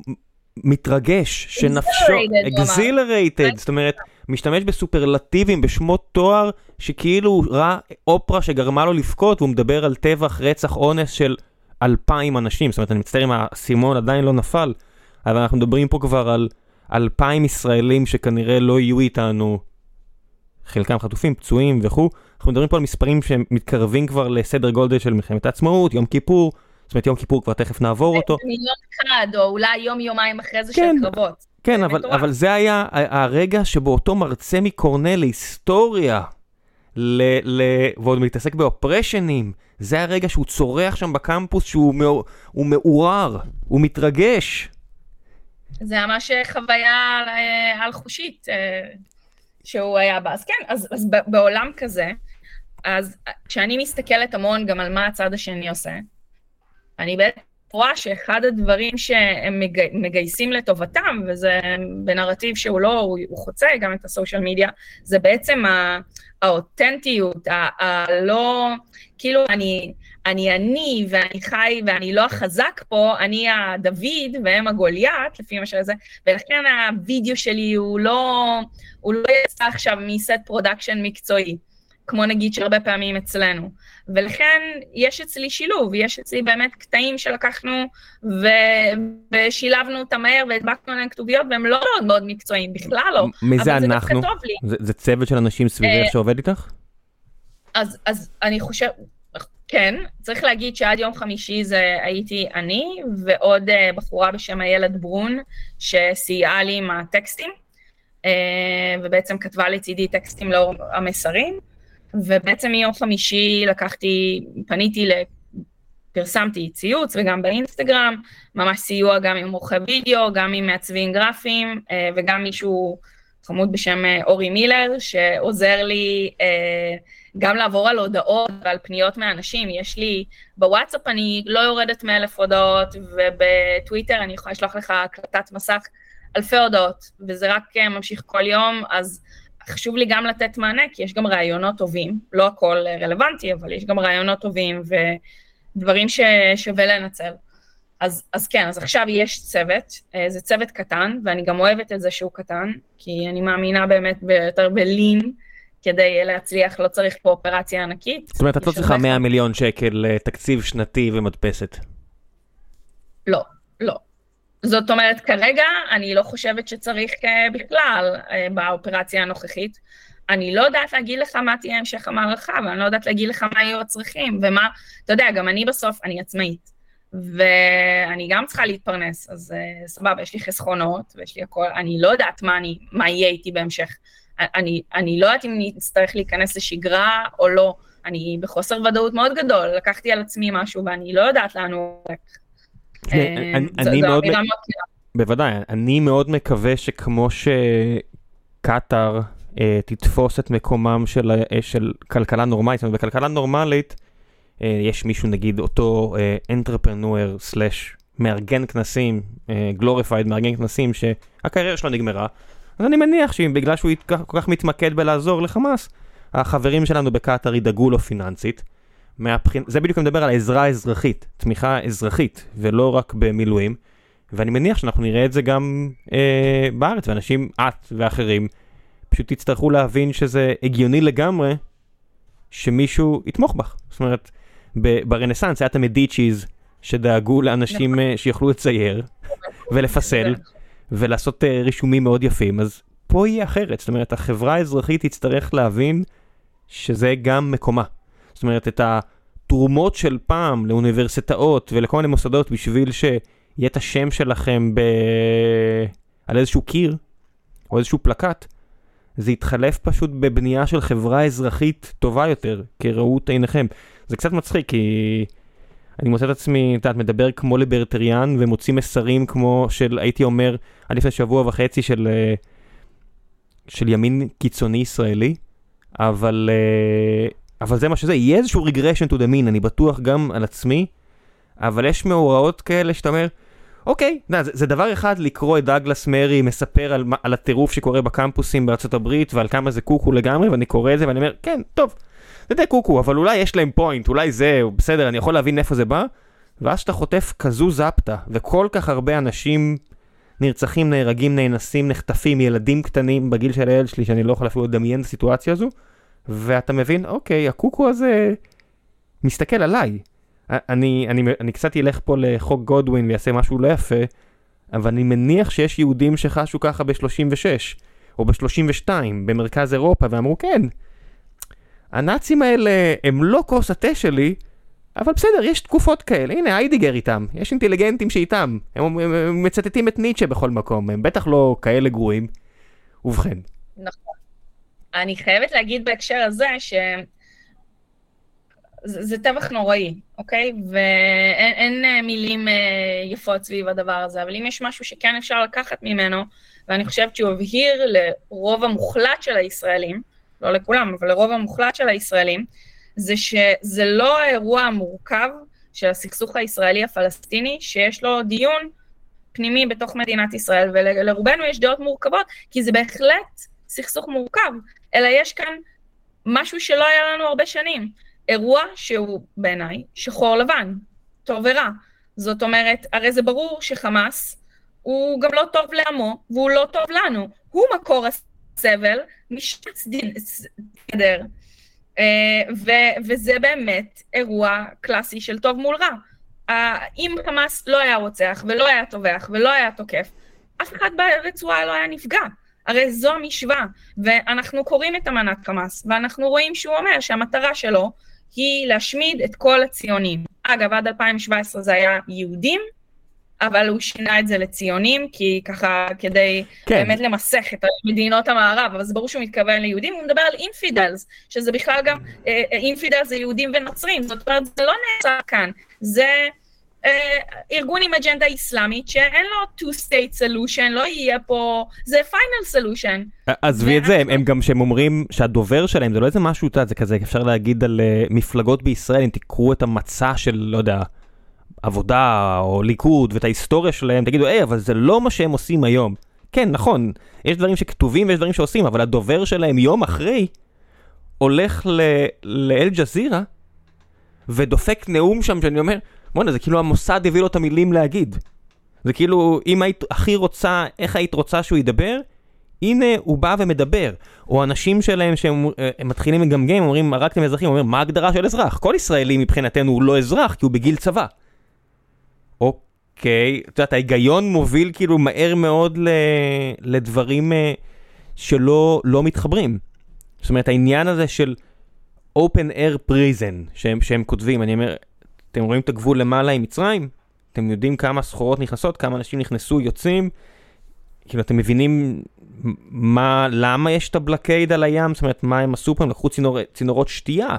Speaker 1: מתרגש, שנפשו, exhilarated, זאת אומרת, משתמש בסופרלטיבים, בשמות תואר, שכאילו הוא ראה אופרה שגרמה לו לפקות, והוא מדבר על טבח, רצח, אונס של אלפיים אנשים, זאת אומרת, אני מצטער אם הסימון עדיין לא נפל, אבל אנחנו מדברים פה כבר על אלפיים ישראלים שכנראה לא יהיו איתנו, חלקם חטופים, פצועים וכו', אנחנו מדברים פה על מספרים שמתקרבים כבר לסדר גודל של מלחמת העצמאות, יום כיפור, זאת אומרת, יום כיפור כבר תכף נעבור אותו.
Speaker 2: זה מיליון אחד, או אולי יום יומיים אחרי זה של קרבות.
Speaker 1: כן, אבל, אבל זה היה הרגע שבו אותו מרצה מקורנל להיסטוריה, ל, ל, ועוד מתעסק באופרשנים, זה הרגע שהוא צורח שם בקמפוס, שהוא מאור, הוא מעורר, הוא מתרגש.
Speaker 2: זה ממש חוויה על חושית שהוא היה בה. אז כן, אז, אז בעולם כזה, אז כשאני מסתכלת המון גם על מה הצד השני עושה, אני בעצם רואה שאחד הדברים שהם מגייסים לטובתם, וזה בנרטיב שהוא לא, הוא, הוא חוצה גם את הסושיאל מדיה, זה בעצם האותנטיות, הלא, כאילו אני, אני אני ואני חי ואני לא החזק פה, אני הדוד והם הגוליית, לפי מה שזה, ולכן הווידאו שלי הוא לא, הוא לא יצא עכשיו מסט פרודקשן מקצועי. כמו נגיד שהרבה פעמים אצלנו. ולכן יש אצלי שילוב, יש אצלי באמת קטעים שלקחנו ו- ושילבנו אותם מהר והדבקנו עליהם כתוביות, והם לא מאוד מאוד מקצועיים, בכלל לא.
Speaker 1: מי זה אנחנו? זה, זה, זה צוות של אנשים סביבך שעובד איתך?
Speaker 2: אז, אז אני חושב, כן, צריך להגיד שעד יום חמישי זה הייתי אני, ועוד בחורה בשם הילד ברון, שסייעה לי עם הטקסטים, ובעצם כתבה לצידי טקסטים לאור המסרים, ובעצם מיום חמישי לקחתי, פניתי, פרסמתי ציוץ וגם באינסטגרם, ממש סיוע גם עם עורכי וידאו, גם עם מעצבים גרפיים, וגם מישהו חמוד בשם אורי מילר, שעוזר לי גם לעבור על הודעות ועל פניות מאנשים. יש לי, בוואטסאפ אני לא יורדת מאלף הודעות, ובטוויטר אני יכולה לשלוח לך הקלטת מסך אלפי הודעות, וזה רק ממשיך כל יום, אז חשוב לי גם לתת מענה, כי יש גם רעיונות טובים, לא הכל רלוונטי, אבל יש גם רעיונות טובים, דברים ששווה לנצל. אז, אז כן, אז עכשיו יש צוות, זה צוות קטן, ואני גם אוהבת את זה שהוא קטן, כי אני מאמינה באמת ביותר בלין, כדי להצליח, לא צריך פה אופרציה ענקית.
Speaker 1: זאת אומרת, את לא צריכה מאה מיליון שקל תקציב שנתי ומדפסת.
Speaker 2: לא, לא. זאת אומרת, כרגע אני לא חושבת שצריך בכלל באופרציה הנוכחית. אני לא יודעת להגיד לך מה תהיה המשך המערכה, ואני לא יודעת להגיד לך מה יהיו הצרכים, ומה, אתה יודע, גם אני בסוף, אני עצמאית, ואני גם צריכה להתפרנס, אז סבבה, יש לי חסכונות, ויש לי הכל, אני לא יודעת מה, אני, מה יהיה איתי בהמשך. אני, אני לא יודעת אם נצטרך להיכנס לשגרה או לא, אני בחוסר ודאות מאוד גדול, לקחתי על עצמי משהו, ואני לא יודעת לאן הוא הולך.
Speaker 1: אני מאוד, בוודאי, אני מאוד מקווה שכמו שקטר תתפוס את מקומם של כלכלה נורמלית, זאת אומרת, בכלכלה נורמלית יש מישהו, נגיד, אותו entrepreneur סלש מארגן כנסים, glorified מארגן כנסים, שהקריירה שלו נגמרה, אז אני מניח שבגלל שהוא כל כך מתמקד בלעזור לחמאס, החברים שלנו בקטר ידאגו לו פיננסית. מהבחין... זה בדיוק מדבר על העזרה האזרחית, תמיכה אזרחית, ולא רק במילואים. ואני מניח שאנחנו נראה את זה גם אה, בארץ, ואנשים, את ואחרים, פשוט תצטרכו להבין שזה הגיוני לגמרי, שמישהו יתמוך בך. זאת אומרת, ברנסנס היה את המדיצ'יז, שדאגו לאנשים שיוכלו לצייר, ולפסל, ולעשות רישומים מאוד יפים, אז פה יהיה אחרת. זאת אומרת, החברה האזרחית תצטרך להבין שזה גם מקומה. זאת אומרת, את התרומות של פעם לאוניברסיטאות ולכל מיני מוסדות בשביל שיהיה את השם שלכם ב... על איזשהו קיר או איזשהו פלקט, זה יתחלף פשוט בבנייה של חברה אזרחית טובה יותר, כראות עיניכם. זה קצת מצחיק, כי אני מוצא את עצמי, את מדבר כמו ליברטריאן, ומוציא מסרים כמו של, הייתי אומר, עד לפני שבוע וחצי של, של ימין קיצוני ישראלי, אבל, אבל זה מה שזה, יהיה איזשהו regression to the mean, אני בטוח גם על עצמי, אבל יש מאורעות כאלה שאתה אומר, אוקיי, נה, זה, זה דבר אחד לקרוא את דאגלס מרי מספר על, על הטירוף שקורה בקמפוסים בארצות הברית, ועל כמה זה קוקו לגמרי, ואני קורא את זה ואני אומר, כן, טוב, זה די קוקו, אבל אולי יש להם פוינט, אולי זה, בסדר, אני יכול להבין איפה זה בא, ואז שאתה חוטף כזו זפתה, וכל כך הרבה אנשים נרצחים, נהרגים, נאנסים, נחטפים, ילדים קטנים בגיל של הילד שלי, שאני לא יכול אפילו לדמיין את הסיטואציה הזו, ואתה מבין, אוקיי, הקוקו הזה מסתכל עליי. אני, אני, אני קצת ילך פה לחוק גודווין ויעשה משהו לא יפה, אבל אני מניח שיש יהודים שחשו ככה ב-שלושים ושש, או ב-שלושים ושתיים, במרכז אירופה, ואמרו, כן, הנאצים האלה הם לא כוס התה שלי, אבל בסדר, יש תקופות כאלה, הנה, היידיגר איתם, יש אינטליגנטים שאיתם, הם, הם, הם מצטטים את ניטשה בכל מקום, הם בטח לא כאלה גרועים, ובכן.
Speaker 2: נכון. אני חייבת להגיד בהקשר הזה ש... זה, זה טבח נוראי, אוקיי? ואין אין מילים יפות סביב הדבר הזה, אבל אם יש משהו שכן אפשר לקחת ממנו, ואני חושבת שהוא הבהיר לרוב המוחלט של הישראלים, לא לכולם, אבל לרוב המוחלט של הישראלים, זה שזה לא האירוע המורכב של הסכסוך הישראלי-הפלסטיני, שיש לו דיון פנימי בתוך מדינת ישראל, ולרובנו יש דעות מורכבות, כי זה בהחלט סכסוך מורכב, אלא יש כאן משהו שלא היה לנו הרבה שנים, אירוע שהוא בעיניי שחור לבן, טוב ורע. זאת אומרת, הרי זה ברור שחמאס הוא גם לא טוב לעמו, והוא לא טוב לנו. הוא מקור הסבל, משתץ דדר. וזה באמת אירוע קלאסי של טוב מול רע. אם חמאס לא היה רוצח, ולא היה טובח, ולא היה תוקף, אף אחד ברצועה לא היה נפגע. הרי זו המשוואה, ואנחנו קוראים את אמנת חמאס, ואנחנו רואים שהוא אומר שהמטרה שלו, היא להשמיד את כל הציונים. אגב, עד אלפיים שבע עשרה זה היה יהודים, אבל הוא שינה את זה לציונים, כי ככה כדי כן. באמת למסך את מדינות המערב, אבל זה ברור שהוא מתכוון ליהודים, הוא מדבר על אינפידלס, שזה בכלל גם, אינפידלס זה יהודים ונוצרים, זאת אומרת, זה לא נעצר כאן, זה אה, ארגון עם אג'נדה איסלאמית, שאין לו two-state solution, לא יהיה פה, זה final solution.
Speaker 1: עזבי את זה, הם, הם גם שהם אומרים שהדובר שלהם, זה לא איזה משהו, זה כזה, אפשר להגיד על uh, מפלגות בישראל, אם תקראו את המצע של, לא יודע, עבודה או ליכוד ואת ההיסטוריה שלהם, תגידו, היי, אבל זה לא מה שהם עושים היום. כן, נכון, יש דברים שכתובים ויש דברים שעושים, אבל הדובר שלהם יום אחרי, הולך לאל ג'זירה, ודופק נאום שם שאני אומר, בוא'נה, זה כאילו המוסד הביא לו את המילים להגיד. זה כאילו, אם היית הכי רוצה, איך היית רוצה שהוא ידבר, הנה הוא בא ומדבר. או אנשים שלהם שהם מתחילים לגמגם, אומרים, הרגתם אזרחים, אומרים, מה ההגדרה של אזרח? כל ישראלי מבחינתנו הוא לא אזרח, כי הוא בגיל צבא. אוקיי, אתה יודעת, ההיגיון מוביל כאילו מהר מאוד לדברים שלא לא מתחברים. זאת אומרת, העניין הזה של open air prison, שהם, שהם כותבים, אני אומר, אתם רואים את הגבול למעלה עם מצרים? אתם יודעים כמה סחורות נכנסות, כמה אנשים נכנסו, יוצאים? כאילו, אתם מבינים מה, למה יש את הבלקייד על הים? זאת אומרת, מה הם עשו פה? הם לקחו צינור, צינורות שתייה.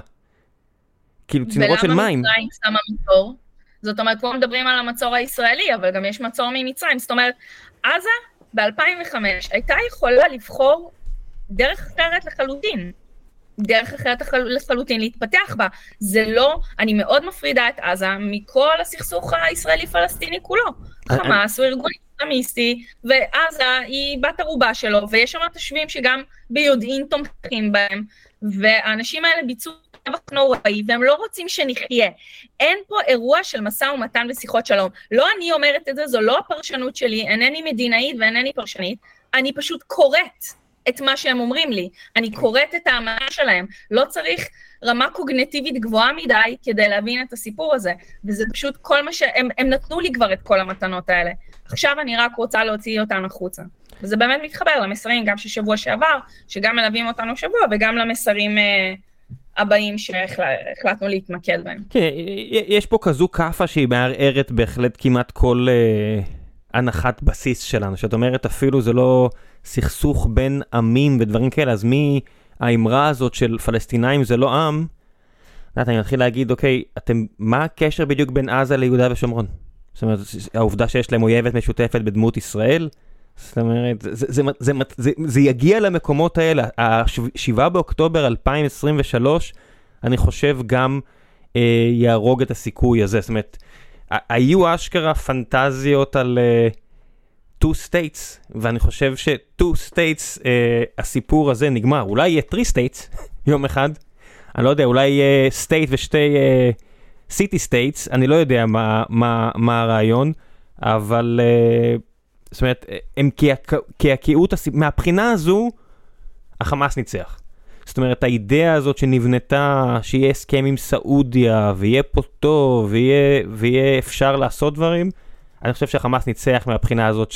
Speaker 1: כאילו, צינורות של מים.
Speaker 2: ולמה מצרים שמה מצור? זאת אומרת, פה מדברים על המצור הישראלי, אבל גם יש מצור ממצרים. זאת אומרת, עזה ב-אלפיים וחמש הייתה יכולה לבחור דרך אחרת לחלוטין. דרך אחרת לחלוטין להתפתח בה. זה לא, אני מאוד מפרידה את עזה מכל הסכסוך הישראלי-פלסטיני כולו. חמאס הוא ארגון אסלאמיסטי, ועזה היא בת ערובה שלו, ויש שם תושבים שגם ביודעין תומכים בהם, והאנשים האלה ביצעו טבח נוראי, והם לא רוצים שנחיה. אין פה אירוע של משא ומתן ושיחות שלום. לא אני אומרת את זה, זו לא הפרשנות שלי, אינני מדינאית ואינני פרשנית, אני פשוט קוראת את מה שהם אומרים לי. אני קוראת את האמנה שלהם. לא צריך רמה קוגניטיבית גבוהה מדי כדי להבין את הסיפור הזה. וזה פשוט כל מה שהם הם נתנו לי כבר את כל המתנות האלה. עכשיו אני רק רוצה להוציא אותן החוצה. וזה באמת מתחבר למסרים גם ששבוע שעבר, שגם מלווים אותנו שבוע, וגם למסרים אה, הבאים שהחלטנו להתמקד בהם.
Speaker 1: כן, יש פה כזו קפה שהיא מערערת בהחלט כמעט כל אה, הנחת בסיס שלנו. שאת אומרת אפילו זה לא סכסוך בין עמים ודברים כאלה, אז מי האמרה הזאת של פלסטינאים זה לא עם, אני מתחיל להגיד, אוקיי, אתם, מה הקשר בדיוק בין עזה ליהודה ושומרון? זאת אומרת, העובדה שיש להם אויבת משותפת בדמות ישראל, זאת אומרת, זה, זה, זה, זה, זה, זה יגיע למקומות האלה. ה-שבעה באוקטובר אלפיים עשרים ושלוש, אני חושב גם אה, יהרוג את הסיכוי הזה. זאת אומרת, היו אשכרה פנטזיות על אה, two states, ואני חושב ש-two states, אה, הסיפור הזה נגמר. אולי יהיה three states יום אחד, אני לא יודע, אולי יהיה state ושתי אה, city states, אני לא יודע מה, מה, מה הרעיון, אבל אה, זאת אומרת, הם כהקיעות, מהבחינה הזו, החמאס ניצח. זאת אומרת, האידאה הזאת שנבנתה, שיהיה הסכם עם סעודיה, ויהיה פה טוב, ויהיה, ויהיה אפשר לעשות דברים, אני חושב שהחמאס ניצח מהבחינה הזאת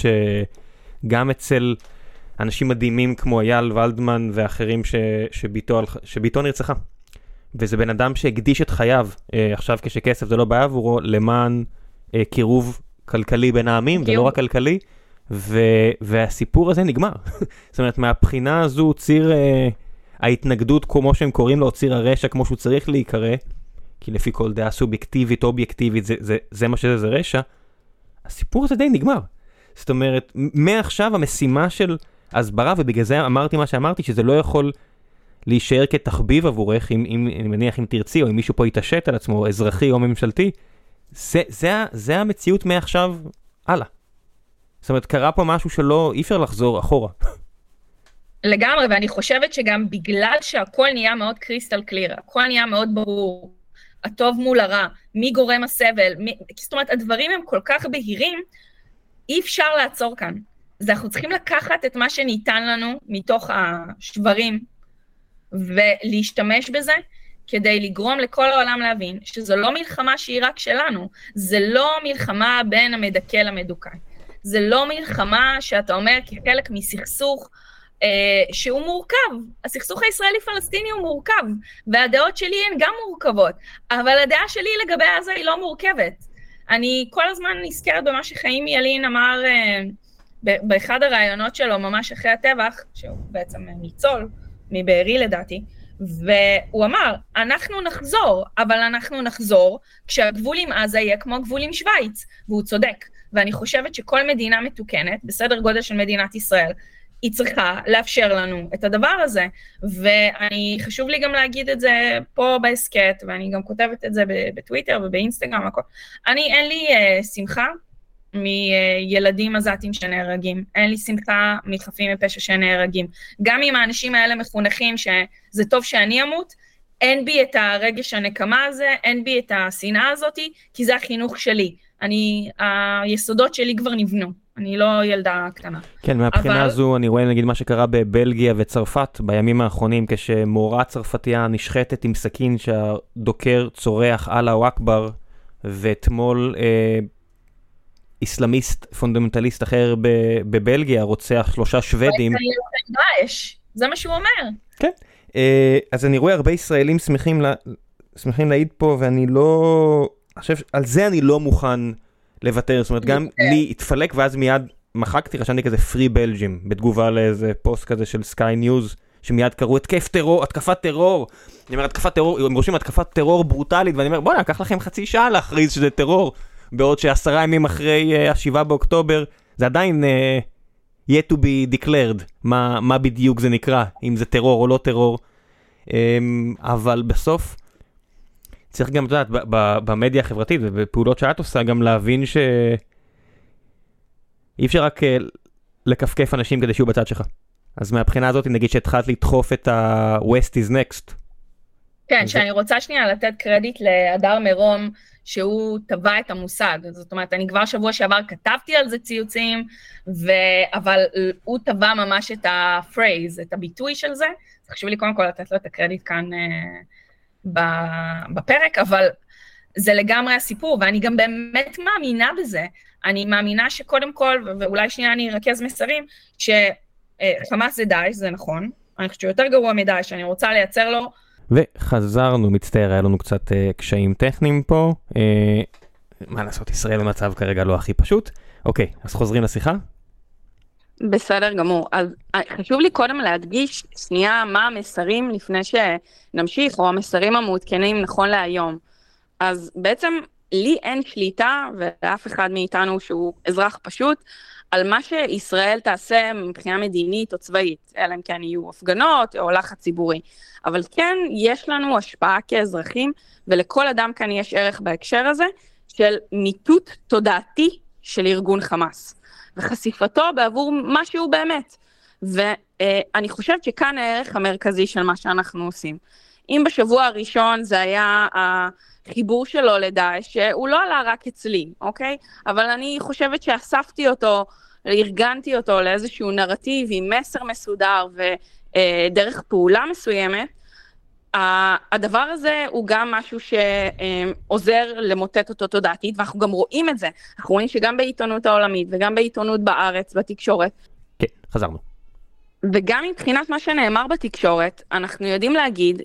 Speaker 1: שגם אצל אנשים מדהימים כמו אייל ולדמן ואחרים ש, שביתו, שביתו נרצחה. וזה בן אדם שהקדיש את חייו, עכשיו כשכסף זה לא בעיה עבורו, למען קירוב כלכלי בין העמים, ולא רק כלכלי, ו- והסיפור הזה נגמר. זאת אומרת, מהבחינה הזו, ציר uh, ההתנגדות, כמו שהם קוראים לו, ציר הרשע, כמו שהוא צריך להיקרא, כי לפי כל דעה סובייקטיבית, אובייקטיבית, זה, זה, זה מה שזה, זה רשע, הסיפור הזה די נגמר. זאת אומרת, מעכשיו המשימה של הסברה, ובגלל זה אמרתי מה שאמרתי, שזה לא יכול להישאר כתחביב עבורך, אם, אם, אני מניח אם תרצי, או אם מישהו פה יתעשת על עצמו, אזרחי או ממשלתי, זה, זה, זה המציאות מעכשיו הלאה. זאת אומרת, קרה פה משהו שלא, אי אפשר לחזור אחורה.
Speaker 2: לגמרי, ואני חושבת שגם בגלל שהכל נהיה מאוד קריסטל קליר, הכל נהיה מאוד ברור, הטוב מול הרע, מי גורם הסבל, מי, זאת אומרת, הדברים הם כל כך בהירים, אי אפשר לעצור כאן. אז אנחנו צריכים לקחת את מה שניתן לנו מתוך השברים, ולהשתמש בזה, כדי לגרום לכל העולם להבין, שזו לא מלחמה שהיא רק שלנו, זה לא מלחמה בין המדכא למדוכא. זה לא מלחמה שאתה אומר כחלק מסכסוך אה, שהוא מורכב. הסכסוך הישראלי-פלסטיני הוא מורכב, והדעות שלי הן גם מורכבות, אבל הדעה שלי לגבי עזה היא לא מורכבת. אני כל הזמן נזכרת במה שחיים ילין אמר אה, באחד הרעיונות שלו, ממש אחרי הטבח, שהוא בעצם ניצול מבארי לדעתי, והוא אמר, אנחנו נחזור, אבל אנחנו נחזור כשהגבול עם עזה יהיה כמו הגבול עם שוויץ, והוא צודק. ואני חושבת שכל מדינה מתוקנת, בסדר גודל של מדינת ישראל, היא צריכה לאפשר לנו את הדבר הזה. ואני, חשוב לי גם להגיד את זה פה בעסקת, ואני גם כותבת את זה בטוויטר ובאינסטגרם, הכל. אני, אין לי uh, שמחה מילדים עזתים שנהרגים. אין לי שמחה מחפים מפשע שנהרגים. גם אם האנשים האלה מחונכים שזה טוב שאני אמות, אין בי את הרגש הנקמה הזה, אין בי את השנאה הזאת, כי זה החינוך שלי. אני, היסודות שלי כבר נבנו, אני לא ילדה קטנה.
Speaker 1: כן, מהבחינה
Speaker 2: אבל...
Speaker 1: הזו אני רואה נגיד מה שקרה בבלגיה וצרפת בימים האחרונים, כשמורה צרפתיה נשחטת עם סכין שהדוקר צורח אללהו אכבר, ואתמול אה, איסלאמיסט פונדמנטליסט אחר בבלגיה רוצח שלושה שוודים.
Speaker 2: זה מה שהוא אומר.
Speaker 1: כן, אה, אז אני רואה הרבה ישראלים שמחים, לה, שמחים להעיד פה, ואני לא... עכשיו, על זה אני לא מוכן לוותר, זאת אומרת, גם לי התפלק, ואז מיד מחקתי, רשמתי כזה פרי בלג'ים, בתגובה לאיזה פוסט כזה של סקיי ניוז, שמיד קראו התקף טרור, התקפת טרור, אני אומר, התקפת טרור, הם רושמים התקפת טרור ברוטלית, ואני אומר, בוא נקח לכם חצי שעה להכריז שזה טרור, בעוד שעשרה ימים אחרי השבעה באוקטובר, זה עדיין uh, yet to be declared, מה, מה בדיוק זה נקרא, אם זה טרור או לא טרור, um, אבל בסוף, צריך גם, לדעת, במדיה החברתית ובפעולות שאת עושה, גם להבין ש... אי אפשר רק לקפקף אנשים כדי שיהיו בצד שלך. אז מהבחינה הזאת, נגיד שהתחלת לדחוף את ה-West is next.
Speaker 2: כן, שאני רוצה שנייה לתת קרדיט להדר מרום, שהוא טבע את המושג. זאת אומרת, אני כבר שבוע שעבר כתבתי על זה ציוצים, ו... אבל הוא טבע ממש את הפרייז, את הביטוי של זה. אז חשוב לי קודם כל לתת לו את הקרדיט כאן... בפרק, אבל זה לגמרי הסיפור, ואני גם באמת מאמינה בזה. אני מאמינה שקודם כל, ואולי שנייה אני ארכז מסרים, שחמאס זה דאעש, זה נכון, אני חושבת שיותר גרוע מדאעש, שאני רוצה לייצר לו.
Speaker 1: וחזרנו, מצטער, היה לנו קצת uh, קשיים טכניים פה. Uh, מה לעשות, ישראל במצב כרגע לא הכי פשוט. אוקיי, אז חוזרים לשיחה?
Speaker 3: בסדר גמור, אז חשוב לי קודם להדגיש שנייה מה המסרים לפני שנמשיך, או המסרים המעודכנים נכון להיום. אז בעצם לי אין שליטה, ואף אחד מאיתנו שהוא אזרח פשוט, על מה שישראל תעשה מבחינה מדינית או צבאית, אלא אם כן יהיו הפגנות או לחץ ציבורי. אבל כן יש לנו השפעה כאזרחים, ולכל אדם כאן יש ערך בהקשר הזה, של מיטוט תודעתי של ארגון חמאס. וחשיפתו בעבור מה שהוא באמת. ואני חושבת שכאן הערך המרכזי של מה שאנחנו עושים. אם בשבוע הראשון זה היה החיבור שלו לדאעש, שהוא לא עלה רק אצלי, אוקיי? אבל אני חושבת שאספתי אותו, ארגנתי אותו לאיזשהו נרטיב עם מסר מסודר ודרך פעולה מסוימת, הדבר הזה הוא גם משהו שעוזר למוטט אותו תודעתית, ואנחנו גם רואים את זה. אנחנו רואים שגם בעיתונות העולמית וגם בעיתונות בארץ, בתקשורת.
Speaker 1: כן, חזרנו.
Speaker 3: וגם מבחינת מה שנאמר בתקשורת, אנחנו יודעים להגיד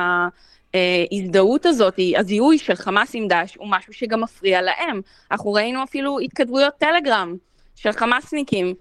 Speaker 3: שההזדהות הזאת, הזיהוי של חמאס עם דאעש, הוא משהו שגם מפריע להם. אנחנו ראינו אפילו התכתבויות טלגרם של חמאסניקים,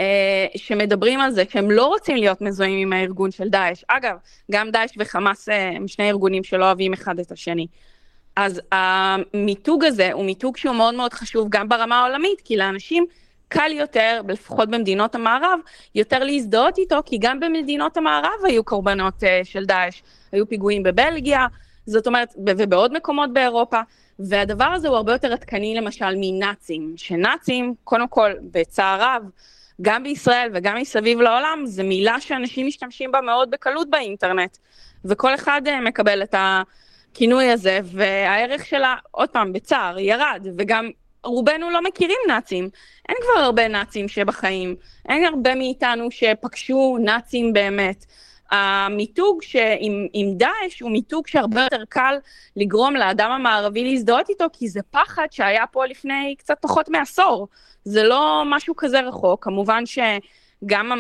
Speaker 3: שמדברים על זה, שהם לא רוצים להיות מזוהים עם הארגון של דאעש. אגב, גם דאעש וחמאס הם שני ארגונים שלא אוהבים אחד את השני. אז המיתוג הזה הוא מיתוג שהוא מאוד מאוד חשוב גם ברמה העולמית, כי לאנשים קל יותר, לפחות במדינות המערב, יותר להזדהות איתו, כי גם במדינות המערב היו קורבנות של דאעש, היו פיגועים בבלגיה, זאת אומרת, ובעוד מקומות באירופה, והדבר הזה הוא הרבה יותר עדכני למשל מנאצים, שנאצים, קודם כל בצער רב, גם בישראל וגם מסביב לעולם, זו מילה שאנשים משתמשים בה מאוד בקלות באינטרנט, וכל אחד מקבל את הכינוי הזה, והערך שלה, עוד פעם, בצער, ירד, וגם רובנו לא מכירים נאצים, אין כבר הרבה נאצים שבחיים, אין הרבה מאיתנו שפגשו נאצים באמת. המיתוג שעם, עם דאעש הוא מיתוג שהרבה יותר קל לגרום לאדם המערבי להזדהות איתו, כי זה פחד שהיה פה לפני קצת פחות מעשור. זה לא משהו כזה רחוק, כמובן שגם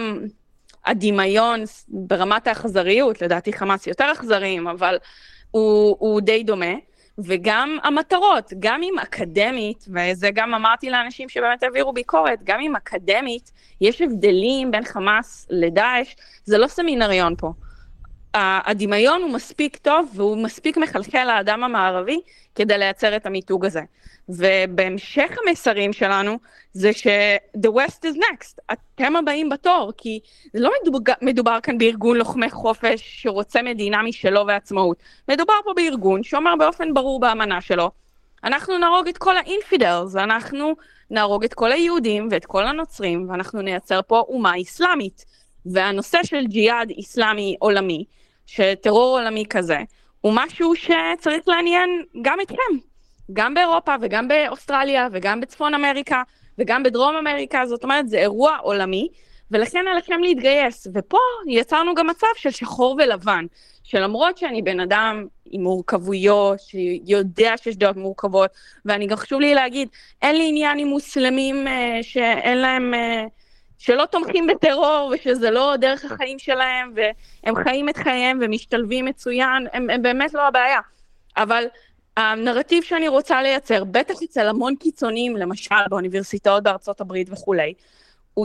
Speaker 3: הדמיון ברמת האכזריות, לדעתי חמאס יותר אכזריים, אבל הוא, הוא די דומה, וגם המטרות, גם אם אקדמית, וזה גם אמרתי לאנשים שבאמת העבירו ביקורת, גם אם אקדמית, יש הבדלים בין חמאס לדאעש, זה לא סמינריון פה. הדמיון הוא מספיק טוב, והוא מספיק מחלחל לאדם המערבי, כדי לייצר את המיתוג הזה. ובהמשך המסרים שלנו, זה ש- the West is next, אתם הבאים בתור, כי זה לא מדובר, מדובר כאן בארגון לוחמי חופש, שרוצה מדינה משלו ועצמאות. מדובר פה בארגון, שאומר באופן ברור באמנה שלו, אנחנו נהרוג את כל האינפידלס, אנחנו נהרוג את כל היהודים ואת כל הנוצרים, ואנחנו נייצר פה אומה איסלאמית. והנושא של ג'יהאד איסלאמי עולמי, שטרור עולמי כזה, הוא משהו שצריך לעניין גם אתכם, גם באירופה וגם באוסטרליה וגם בצפון אמריקה וגם בדרום אמריקה, זאת אומרת זה אירוע עולמי, ולכן עליכם להתגייס, ופה יצרנו גם מצב של שחור ולבן, שלמרות שאני בן אדם עם מורכבויות, שיודע שיש דעות מורכבות, ואני גם חשוב לי להגיד, אין לי עניין עם מוסלמים שאין להם, שלא תומכים בטרור, ושזה לא דרך החיים שלהם, והם חיים את חייהם ומשתלבים מצוין, הם, הם באמת לא הבעיה. אבל הנרטיב שאני רוצה לייצר, בטח אצל המון קיצונים, למשל באוניברסיטאות בארצות הברית וכולי, הוא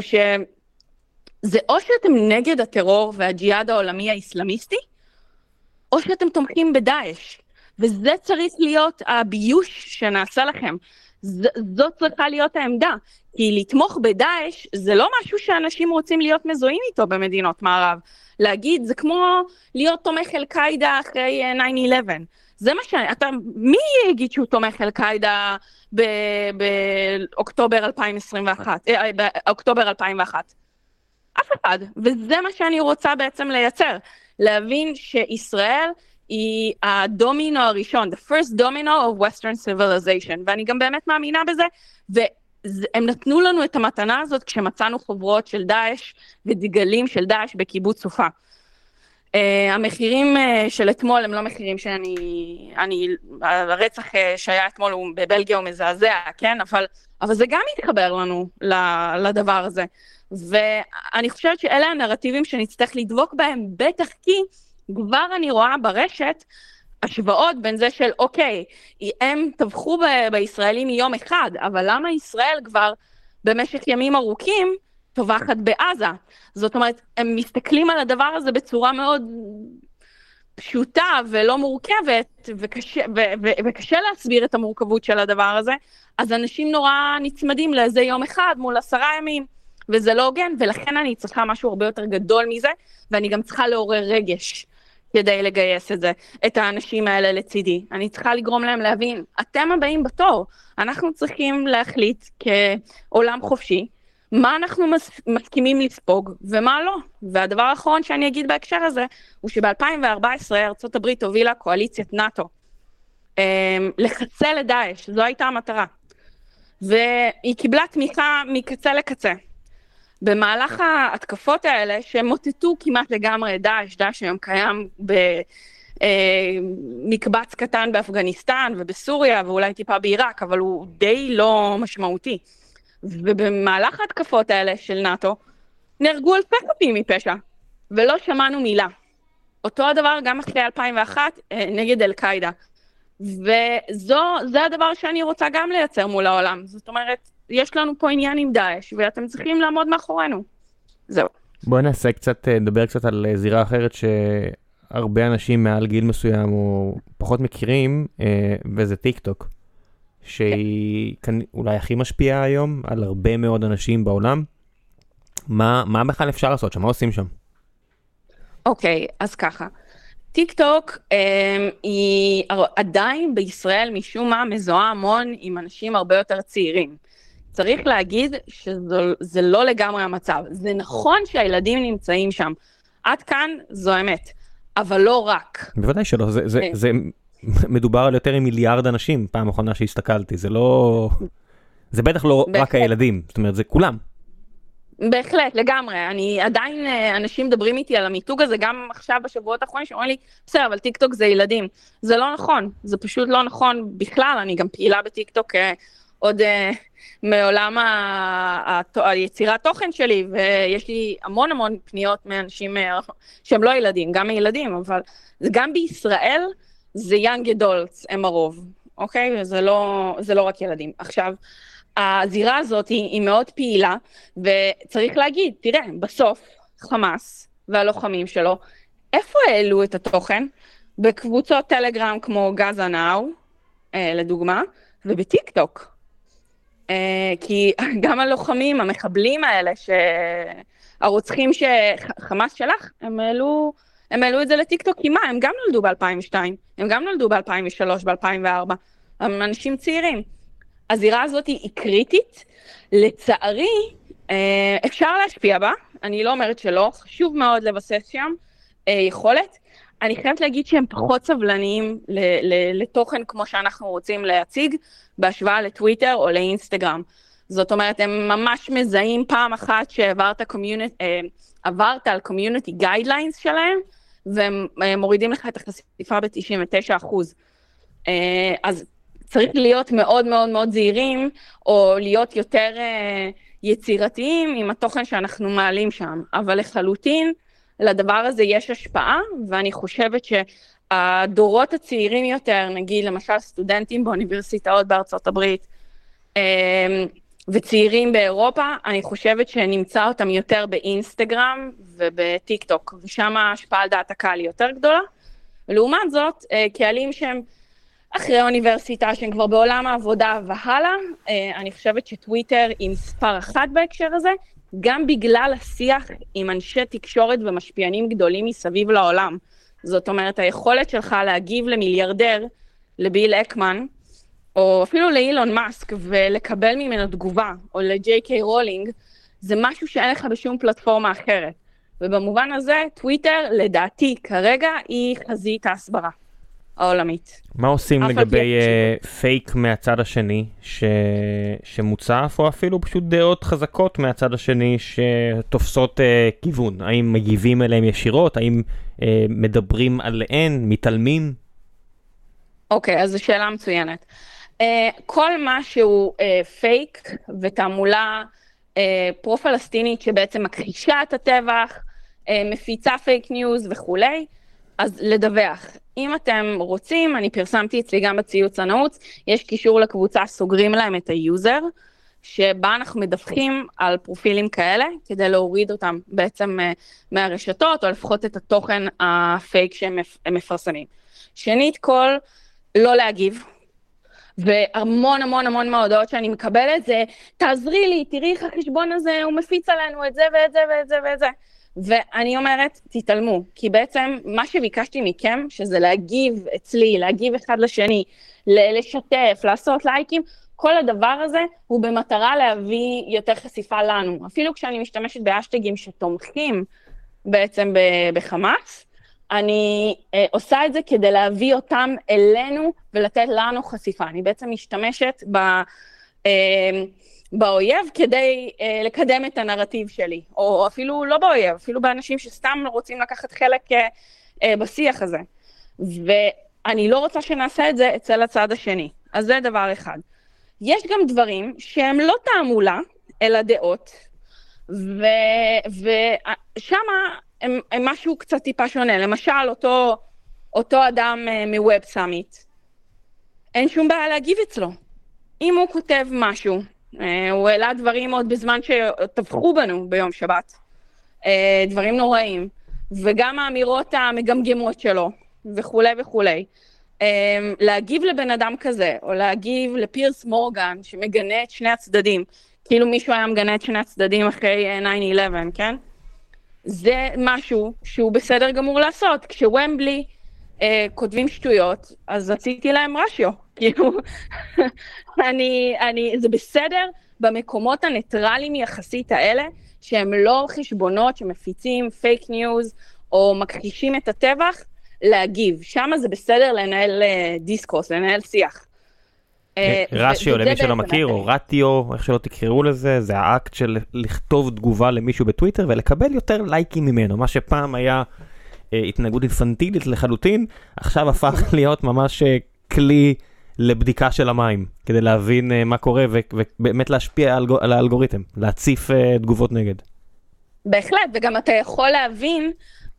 Speaker 3: שזה או שאתם נגד הטרור והג'יהאד העולמי האסלאמיסטי, או שאתם תומכים בדאעש, וזה צריך להיות הביוש שנעשה לכם. ז- זאת צריכה להיות העמדה, כי לתמוך בדאעש זה לא משהו שאנשים רוצים להיות מזוהים איתו במדינות מערב. להגיד, זה כמו להיות תומך אל-קאידה אחרי תשע אחת עשרה. זה מה ש... אתה, מי יגיד שהוא תומך אל-קאידה באוקטובר אלפיים עשרים ואחת? אה, באוקטובר אלפיים ואחת? אף אחד. וזה מה שאני רוצה בעצם לייצר. להבין שישראל היא הדומינו הראשון, the first domino of Western civilization, ואני גם באמת מאמינה בזה, והם נתנו לנו את המתנה הזאת כשמצאנו חוברות של דאעש ודגלים של דאעש בקיבוץ סופה. Uh, המחירים uh, של אתמול הם לא מחירים שאני, אני, הרצח uh, שהיה אתמול הוא בבלגיה הוא מזעזע, כן? אבל, אבל זה גם מתחבר לנו לדבר הזה. ואני חושבת שאלה הנרטיבים שנצטרך לדבוק בהם, בטח כי כבר אני רואה ברשת השוואות בין זה של אוקיי, הם טבחו ב- בישראלים מיום אחד, אבל למה ישראל כבר במשך ימים ארוכים טובחת בעזה? זאת אומרת, הם מסתכלים על הדבר הזה בצורה מאוד פשוטה ולא מורכבת, וקשה, ו- ו- וקשה להסביר את המורכבות של הדבר הזה, אז אנשים נורא נצמדים לאיזה יום אחד מול עשרה ימים, וזה לא הוגן, ולכן אני צריכה משהו הרבה יותר גדול מזה, ואני גם צריכה לעורר רגש כדי לגייס את זה, את האנשים האלה לצידי. אני צריכה לגרום להם להבין, אתם הבאים בתור, אנחנו צריכים להחליט כעולם חופשי, מה אנחנו מס, מסכימים לספוג ומה לא. והדבר האחרון שאני אגיד בהקשר הזה, הוא שב-אלפיים וארבע עשרה ארצות הברית הובילה קואליציית נאטו, לחצה לדאעש, זו הייתה המטרה. והיא קיבלה תמיכה מקצה לקצה. במהלך ההתקפות האלה, שמוטטו כמעט לגמרי דאעש, דאעש היום קיים במקבץ קטן באפגניסטן ובסוריה, ואולי טיפה בעיראק, אבל הוא די לא משמעותי. ובמהלך ההתקפות האלה של נאטו, נהרגו אלפי חפים מפשע, ולא שמענו מילה. אותו הדבר גם אחרי אלפיים ואחת נגד אל-קאידה. וזה הדבר שאני רוצה גם לייצר מול העולם. זאת אומרת, יש לנו פה עניין עם דאעש, ואתם צריכים לעמוד מאחורינו. זהו.
Speaker 1: בואי נעשה קצת, נדבר קצת על זירה אחרת שהרבה אנשים מעל גיל מסוים או פחות מכירים, וזה טיק טוק. שהיא אולי הכי משפיעה היום על הרבה מאוד אנשים בעולם. מה, מה בכלל אפשר לעשות שם? מה עושים שם?
Speaker 3: אוקיי, okay, אז ככה. טיק טוק אה, היא עדיין בישראל משום מה מזוהה המון עם אנשים הרבה יותר צעירים. צריך להגיד שזה לא לגמרי המצב. זה נכון שהילדים נמצאים שם. עד כאן זו אמת. אבל לא רק.
Speaker 1: בוודאי שלא. זה, זה, זה מדובר על יותר ממיליארד אנשים, פעם האחרונה שהסתכלתי. זה לא... זה בטח לא בהחלט. רק הילדים. זאת אומרת, זה כולם.
Speaker 3: בהחלט, לגמרי. אני עדיין, אנשים מדברים איתי על המיתוג הזה, גם עכשיו בשבועות האחרונים, שאומרים לי, בסדר, אבל טיק טוק זה ילדים. זה לא נכון. זה פשוט לא נכון בכלל. אני גם פעילה בטיק טוק עוד מעולם היצירת תוכן שלי, ויש לי המון המון פניות מאנשים שהם לא ילדים, גם מילדים, אבל גם בישראל זה young adults הם הרוב, אוקיי? וזה לא, זה לא רק ילדים. עכשיו, הזירה הזאת היא, היא מאוד פעילה, וצריך להגיד, תראה, בסוף חמאס והלוחמים שלו, איפה העלו את התוכן? בקבוצות טלגרם כמו גאזה נאו, לדוגמה, ובטיק טוק. כי גם הלוחמים, המחבלים האלה, שהרוצחים שחמאס שלח, הם העלו, הם העלו את זה לטיק טוק, כי מה? הם גם נולדו ב-אלפיים ושתיים, הם גם נולדו ב-אלפיים ושלוש, ב-אלפיים וארבע, הם אנשים צעירים. הזירה הזאת היא קריטית, לצערי, אפשר להשפיע בה, אני לא אומרת שלא, חשוב מאוד לבסס שם יכולת, אני חייבת להגיד שהם פחות סבלניים ל- ל- לתוכן כמו שאנחנו רוצים להציג, בהשוואה לטוויטר או לאינסטגרם. זאת אומרת, הם ממש מזהים פעם אחת שעברת קומיוניטי, עברת על קומיוניטי גיידליינס שלהם, והם מורידים לך את החשיפה ב-תשעים ותשעה אחוז. אז צריך להיות מאוד מאוד מאוד זהירים, או להיות יותר יצירתיים עם התוכן שאנחנו מעלים שם. אבל לחלוטין, לדבר הזה יש השפעה, ואני חושבת שהדורות הצעירים יותר, נגיד למשל סטודנטים באוניברסיטאות בארצות הברית, וצעירים באירופה, אני חושבת שנמצא אותם יותר באינסטגרם ובטיק טוק, ושם ההשפעה על דעת הקהל היא יותר גדולה. ולעומת זאת, קהלים שהם אחרי האוניברסיטה, שהם כבר בעולם העבודה והלאה, אני חושבת שטוויטר היא מספר אחת בהקשר הזה, גם בגלל השיח עם אנשי תקשורת ומשפיענים גדולים מסביב לעולם. זאת אומרת, היכולת שלך להגיב למיליארדר, לביל אקמן, או אפילו לאילון מאסק, ולקבל ממנו תגובה, או לג'יי קיי רולינג, זה משהו שאין לך בשום פלטפורמה אחרת. ובמובן הזה, טוויטר, לדעתי, כרגע, היא חזית ההסברה העולמית.
Speaker 1: מה עושים לגבי פייק מהצד השני, שמוצף, או אפילו פשוט דעות חזקות מהצד השני, שתופסות כיוון? האם מגיבים אליהם ישירות? האם מדברים עליהן? מתעלמים?
Speaker 3: אוקיי, אז זו שאלה מצוינת. כל מה שהוא פייק ותעמולה פרו-פלסטינית שבעצם מכחישה את הטבח, מפיצה פייק ניוז וכולי, אז לדווח. אם אתם רוצים, אני פרסמתי אצלי גם בציוץ הנעוץ, יש קישור לקבוצה, סוגרים להם את היוזר, שבה אנחנו מדווחים על פרופילים כאלה, כדי להוריד אותם בעצם מהרשתות, או לפחות את התוכן הפייק שהם מפרסמים. שנית כל, לא להגיב, והמון המון המון מההודעות שאני מקבלת זה, תעזרי לי, תראי איך החשבון הזה, הוא מפיץ עלינו את זה ואת זה ואת זה ואת זה. ואני אומרת, תתעלמו, כי בעצם מה שביקשתי מכם, שזה להגיב אצלי, להגיב אחד לשני, לשתף, לעשות לייקים, כל הדבר הזה הוא במטרה להביא יותר חשיפה לנו. אפילו כשאני משתמשת באשטגים שתומכים בעצם בחמאס, אני אה, עושה את זה כדי להביא אותם אלינו ולתת לנו חשיפה. אני בעצם משתמשת ב, אה, באויב כדי אה, לקדם את הנרטיב שלי, או אפילו לא באויב, אפילו באנשים שסתם רוצים לקחת חלק אה, אה, בשיח הזה. ואני לא רוצה שנעשה את זה אצל הצד השני. אז זה דבר אחד. יש גם דברים שהם לא תעמולה, אלא דעות, ו, ושמה הם, הם משהו קצת טיפה שונה. למשל, אותו, אותו אדם מווב סאמיט, אין שום בעיה להגיב אצלו. אם הוא כותב משהו, הוא העלה דברים עוד בזמן שטבחו בנו ביום שבת, דברים נוראים, וגם האמירות המגמגמות שלו, וכולי וכולי. להגיב לבן אדם כזה, או להגיב לפירס מורגן, שמגנה את שני הצדדים, כאילו מישהו היה מגנה את שני הצדדים אחרי תשע אחת עשרה, כן? זה משהו שהוא בסדר גמור לעשות. כשוומבלי אה, כותבים שטויות, אז עשיתי להם רשיו. כאילו, אני, אני, זה בסדר במקומות הניטרליים יחסית האלה, שהם לא חשבונות שמפיצים פייק ניוז, או מכחישים את הטבח, להגיב. שם זה בסדר לנהל דיסקוס, לנהל שיח.
Speaker 1: רשיו, למי שלא מכיר, או רטיו, איך שלא תקראו לזה, זה האקט של לכתוב תגובה למישהו בטוויטר, ולקבל יותר לייקים ממנו, מה שפעם היה התנהגות אינפנטילית לחלוטין, עכשיו הפך להיות ממש כלי לבדיקה של המים, כדי להבין מה קורה, ובאמת להשפיע על האלגוריתם, להציף תגובות נגד.
Speaker 3: בהחלט, וגם אתה יכול להבין,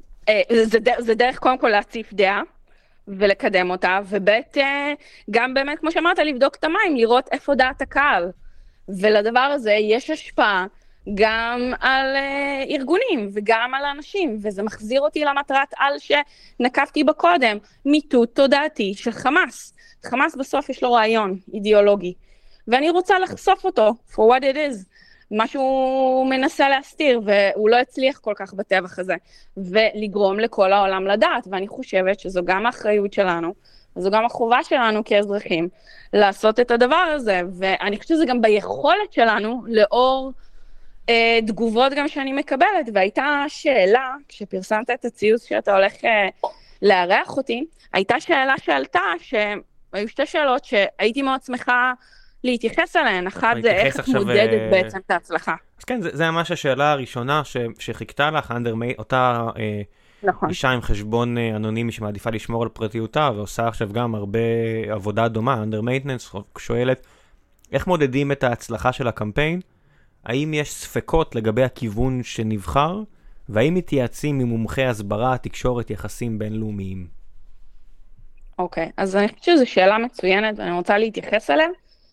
Speaker 3: זה דרך קודם כל להציף דעה, ולקדם אותה, ובית גם באמת, כמו שאמרת, לבדוק את המים, לראות איפה דעת הקהל. ולדבר הזה יש השפעה גם על uh, ארגונים, וגם על האנשים, וזה מחזיר אותי למטרת על שנקפתי בקודם, מיטוט תודעתי של חמאס. חמאס בסוף יש לו רעיון אידיאולוגי, ואני רוצה לחשוף אותו, for what it is. מה שהוא מנסה להסתיר, והוא לא הצליח כל כך בטבח הזה, ולגרום לכל העולם לדעת, ואני חושבת שזו גם האחריות שלנו, וזו גם החובה שלנו כאזרחים, לעשות את הדבר הזה, ואני חושבת שזה גם ביכולת שלנו, לאור אה, תגובות גם שאני מקבלת, והייתה שאלה, כשפרסמת את הציוץ שאתה הולך אה, לארח אותי, הייתה שאלה שעלתה, שהיו שתי שאלות שהייתי מאוד שמחה להתייחס אליהן. אחת זה איך את מודדת uh... בעצם את ההצלחה.
Speaker 1: אז כן, זה, זה ממש השאלה הראשונה ש, שחיכתה לך, אנדרמייט, אותה אה, נכון. אישה עם חשבון אה, אנונימי שמעדיפה לשמור על פרטיותה, ועושה עכשיו גם הרבה עבודה דומה, אנדר מייטננס, שואלת, איך מודדים את ההצלחה של הקמפיין? האם יש ספקות לגבי הכיוון שנבחר? והאם מתייעצים עם מומחי הסברה, תקשורת, יחסים בינלאומיים?
Speaker 3: אוקיי, okay, אז אני חושבת שזו שאלה מצוינת, ואני רוצה להתייחס אליה,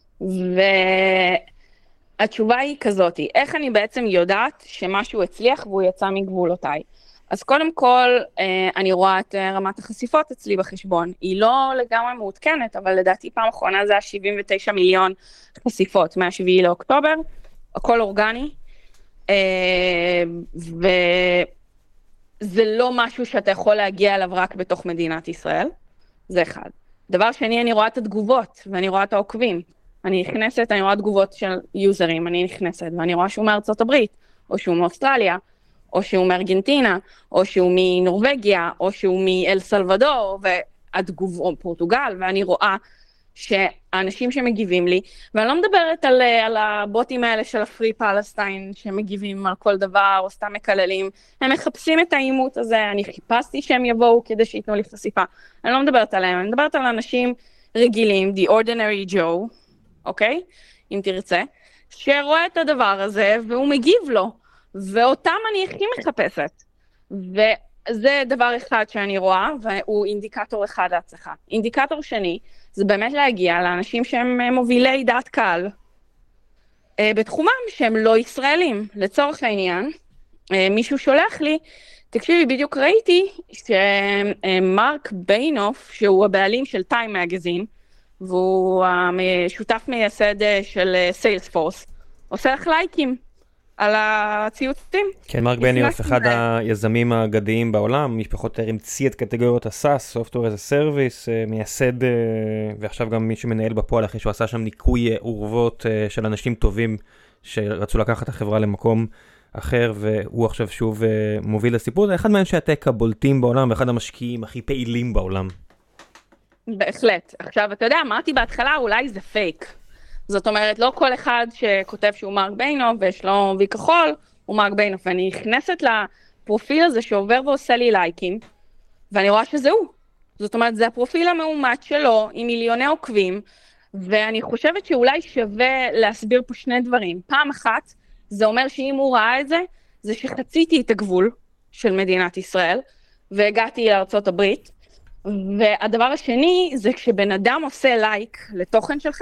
Speaker 3: והתשובה היא כזאת, איך אני בעצם יודעת שמשהו הצליח והוא יצא מגבולותיי? אז קודם כל, אני רואה את רמת החשיפות אצלי בחשבון, היא לא לגמרי מעודכנת, אבל לדעתי פעם אחרונה זה היה שבעים ותשעה מיליון חשיפות, מהשביעי לאוקטובר, הכל אורגני, וזה לא משהו שאתה יכול להגיע אליו רק בתוך מדינת ישראל, זה אחד. דבר שני, אני רואה את התגובות, ואני רואה את העוקבים. אני נכנסת, אני רואה תגובות של יוזרים, אני נכנסת, ואני רואה שהוא מארצות הברית, או שהוא מאוסטרליה, או שהוא מארגנטינה, או שהוא מנורווגיה, או שהוא מאל סלבדור, והתגוב, או פורטוגל, ואני רואה שהאנשים שמגיבים לי, ואני לא מדברת על, על הבוטים האלה של הפרי פלסטיין, שמגיבים על כל דבר, או סתם מקללים, הם מחפשים את האימות הזה, אני חיפשתי שהם יבואו כדי שיתנו לי חשיפה, אני לא מדברת עליהם, אני מדברת על אנשים רגילים, the ordinary Joe, אוקיי? אם תרצה, שרואה את הדבר הזה, והוא מגיב לו, ואותם אני הכי מחפשת, וזה דבר אחד שאני רואה, והוא אינדיקטור אחד להצלחה. אינדיקטור שני, זה באמת להגיע לאנשים שהם מובילי דעת קהל, בתחומם שהם לא ישראלים. לצורך העניין, מישהו שולח לי, תקשיבי, בדיוק ראיתי שמרק ביינוף, שהוא הבעלים של טיים מגזין, והוא שותף מייסד של סיילספורס, עושה לך לייקים על הציוצים.
Speaker 1: כן, מרק ביינוף, אחד היזמים האגדיים בעולם, משפחות המציא את קטגוריות ה-סאס, Software as a Service, מייסד, ועכשיו גם מי שמנהל בפועל, אחרי שהוא עשה שם ניקוי אורוות של אנשים טובים, שרצו לקחת את החברה למקום אחר, והוא עכשיו שוב מוביל לסיפור. זה אחד מאנשי הטק הבולטים בעולם, ואחד המשקיעים הכי פעילים בעולם.
Speaker 3: בהחלט. עכשיו, אתה יודע, אמרתי בהתחלה, אולי זה פייק. זאת אומרת, לא כל אחד שכותב שהוא מרק ביינוף, ויש לו וי כחול, הוא מרק ביינוף. ואני נכנסת לפרופיל הזה שעובר ועושה לי לייקים, ואני רואה שזה הוא. זאת אומרת, זה הפרופיל המאומת שלו, עם מיליוני עוקבים, ואני חושבת שאולי שווה להסביר פה שני דברים. פעם אחת, זה אומר שאם הוא ראה את זה, זה שחציתי את הגבול של מדינת ישראל, והגעתי לארצות הברית, והדבר השני זה כשבן אדם עושה לייק לתוכן שלך,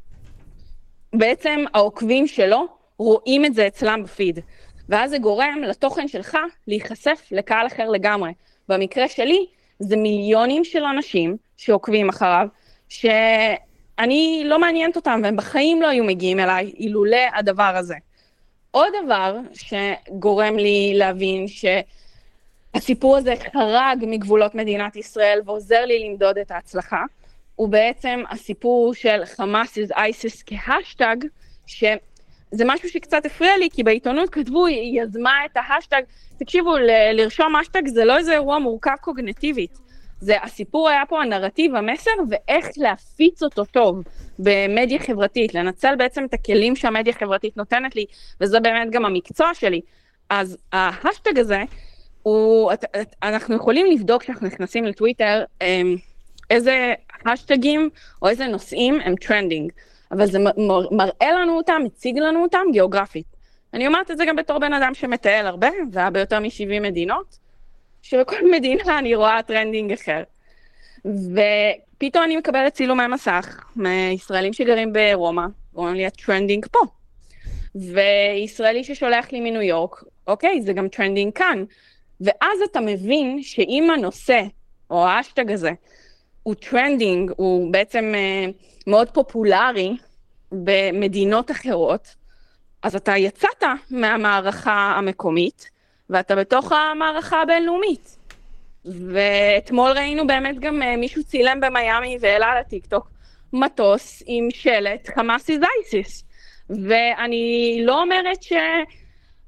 Speaker 3: בעצם העוקבים שלו רואים את זה אצלם בפיד, ואז זה גורם לתוכן שלך להיחשף לקהל אחר לגמרי. במקרה שלי זה מיליונים של אנשים שעוקבים אחריו, שאני לא מעניינת אותם, והם בחיים לא היו מגיעים אליי אילולא הדבר הזה. עוד דבר שגורם לי להבין שהסיפור הזה חרג מגבולות מדינת ישראל ועוזר לי למדוד את ההצלחה, הוא בעצם הסיפור של חמאס is ISIS כהשטג, שזה משהו שקצת הפריע לי, כי בעיתונות כתבו, היא יזמה את ההשטג, תקשיבו, ל- לרשום השטג זה לא איזה אירוע מורכב קוגניטיבית, זה הסיפור היה פה הנרטיב, המסר, ואיך להפיץ אותו טוב במדיה חברתית, לנצל בעצם את הכלים שהמדיה חברתית נותנת לי, וזה באמת גם המקצוע שלי. אז ההשטג הזה, הוא, אנחנו יכולים לבדוק שאנחנו נכנסים לטוויטר, איזה השטגים או איזה נושאים הם טרנדינג, אבל זה מראה לנו אותם, מציג לנו אותם גיאוגרפית. אני אומרת את זה גם בתור בן אדם שמטייל הרבה, זה היה ביותר מ-שבעים מדינות, שבכל מדינה אני רואה טרנדינג אחר. ופתאום אני מקבלת צילומי מסך מישראלים שגרים ברומא, רואים לי הטרנדינג פה. וישראלי ששולח לי מניו יורק, אוקיי, זה גם טרנדינג כאן. ואז אתה מבין שאם הנושא, או האשטג הזה, הוא טרנדינג, הוא בעצם uh, מאוד פופולרי במדינות אחרות, אז אתה יצאת מהמערכה המקומית, ואתה בתוך המערכה הבינלאומית. ואתמול ראינו באמת גם uh, מישהו צילם במיימי והעלה לטיקטוק, מטוס עם שלט חמאס is ISIS. ואני לא אומרת ש...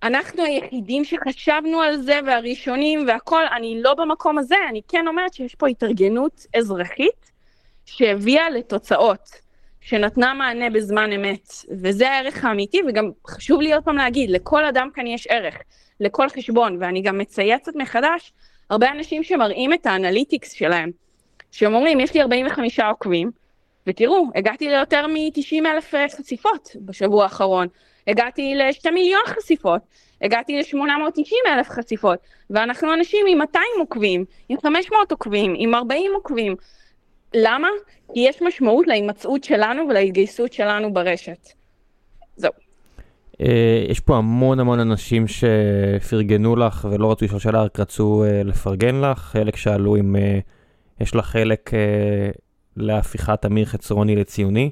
Speaker 3: אנחנו היחידים שחשבנו על זה, והראשונים והכל, אני לא במקום הזה, אני כן אומרת שיש פה התארגנות אזרחית, שהביאה לתוצאות, שנתנה מענה בזמן אמת, וזה הערך האמיתי, וגם חשוב לי עוד פעם להגיד, לכל אדם כאן יש ערך, לכל חשבון, ואני גם מצייצת מחדש, הרבה אנשים שמראים את האנליטיקס שלהם, שאומרים, יש לי ארבעים וחמישה עוקבים, ותראו, הגעתי ליותר מ-תשעים אלף חשיפות בשבוע האחרון, הגעתי לשתי מיליון חשיפות, הגעתי ל-שמונה מאות ותשעים אלף חשיפות, ואנחנו אנשים עם מאתיים עוקבים, עם חמש מאות עוקבים, עם ארבעים עוקבים. למה? כי יש משמעות להימצאות שלנו ולהתגייסות שלנו ברשת. זהו.
Speaker 1: יש פה המון המון אנשים שפרגנו לך ולא רצו לשאול שאלה, רק רצו לפרגן לך. חלק שאלו אם יש לך חלק להפיכת אמיר חצרוני לציוני.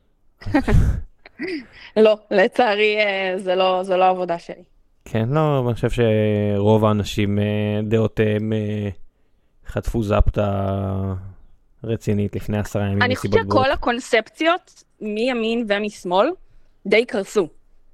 Speaker 3: לא, לצערי זה לא, זה לא העבודה שלי.
Speaker 1: כן, לא, אני חושב שרוב האנשים דעותיהם חטפו זפטה רצינית לפני עשרה ימים.
Speaker 3: אני חושב שכל הקונספציות מימין ומשמאל די קרסו.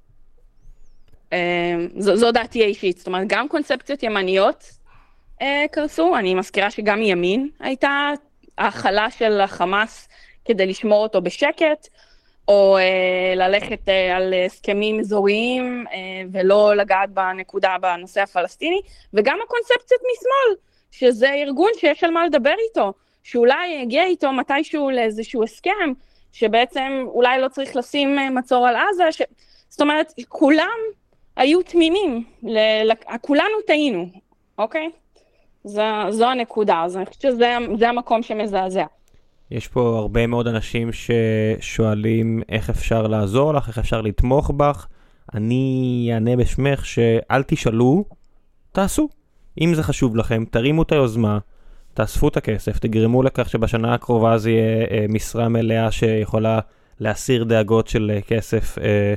Speaker 3: זו, זו דעתי האישית, זאת אומרת, גם קונספציות ימניות קרסו, אני מזכירה שגם ימין הייתה ההכלה של החמאס כדי לשמור אותו בשקט, או אה, ללכת אה, על הסכמים אזוריים אה, ולא לגעת בנקודה בנושא הפלסטיני, וגם הקונספציות משמאל, שזה ארגון שיש על מה לדבר איתו, שאולי יגיע איתו מתישהו לאיזשהו הסכם, שבעצם אולי לא צריך לשים מצור על עזה, ש... זאת אומרת, כולם היו תמימים, ל... כולנו טעינו, אוקיי? זו, זו הנקודה, אז אני חושבת שזה זה המקום שמזעזע.
Speaker 1: יש פה הרבה מאוד אנשים ששואלים איך אפשר לעזור לך, איך אפשר לתמוך בך. אני אענה בשמך שאל תשאלו, תעשו. אם זה חשוב לכם, תרימו את היוזמה, תאספו את הכסף, תגרמו לכך שבשנה הקרובה זה יהיה אה, משרה מלאה שיכולה להסיר דאגות של אה, כסף אה,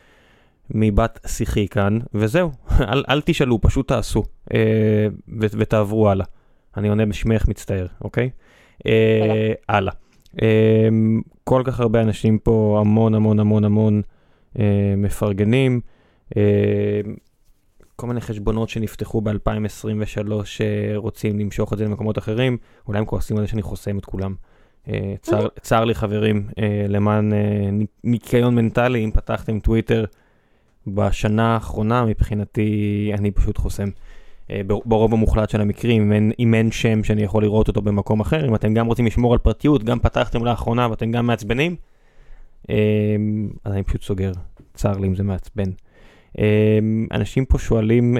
Speaker 1: מבת שיחי כאן, וזהו. אל, אל תשאלו, פשוט תעשו אה, ו- ותעברו הלאה. אני עונה בשמך, מצטער, אוקיי? אה, הלאה. אה, כל כך הרבה אנשים פה, המון המון המון המון אה, מפרגנים. אה, כל מיני חשבונות שנפתחו ב-אלפיים עשרים ושלוש שרוצים למשוך את זה למקומות אחרים. אולי הם כועסים על זה שאני חוסם את כולם. אה, צר, צר לי חברים, אה, למען אה, ניקיון מנטלי, אם פתחתם טוויטר בשנה האחרונה, מבחינתי אני פשוט חוסם. ברוב המוחלט של המקרים, אם אין, אם אין שם שאני יכול לראות אותו במקום אחר, אם אתם גם רוצים לשמור על פרטיות, גם פתחתם לאחרונה ואתם גם מעצבנים, אז אני פשוט סוגר. צר לי אם זה מעצבן. אנשים פה שואלים,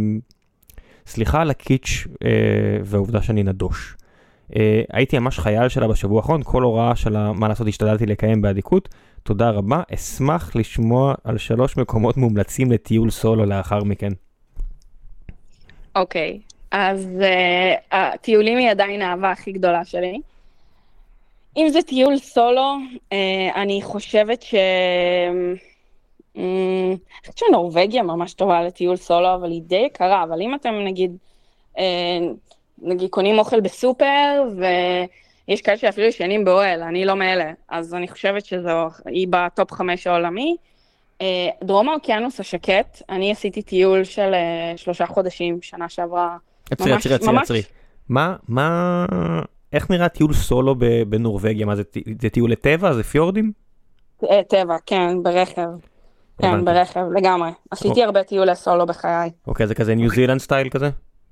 Speaker 1: סליחה על הקיץ' והעובדה שאני נדוש. הייתי ממש חייל שלה בשבוע האחרון, כל הוראה שלה, מה לעשות, השתדלתי לקיים בעדיקות. תודה רבה, אשמח לשמוע על שלוש מקומות מומלצים לטיול סולו לאחר מכן.
Speaker 3: אוקיי, אז uh, הטיולים היא עדיין האהבה הכי גדולה שלי. אם זה טיול סולו, uh, אני חושבת ש... Um, אני חושבת שנורווגיה ממש טובה לטיול סולו, אבל היא די יקרה, אבל אם אתם נגיד, uh, נגיד קונים אוכל בסופר, ויש כאלה שאפילו ישנים באוהל, אני לא מאלה, אז אני חושבת שהיא בטופ חמש העולמי. דרום האוקיינוס השקט, אני עשיתי טיול של שלושה חודשים, שנה שעברה.
Speaker 1: עצרי, עצרי, עצרי, עצרי. מה, מה, איך נראה טיול סולו בנורווגיה? מה זה, זה טיול לטבע? זה פיורדים?
Speaker 3: טבע, כן, ברכב. כן, ברכב, לגמרי. עשיתי הרבה טיולי סולו בחיי.
Speaker 1: אוקיי, זה כזה ניו זילנד סטייל כזה?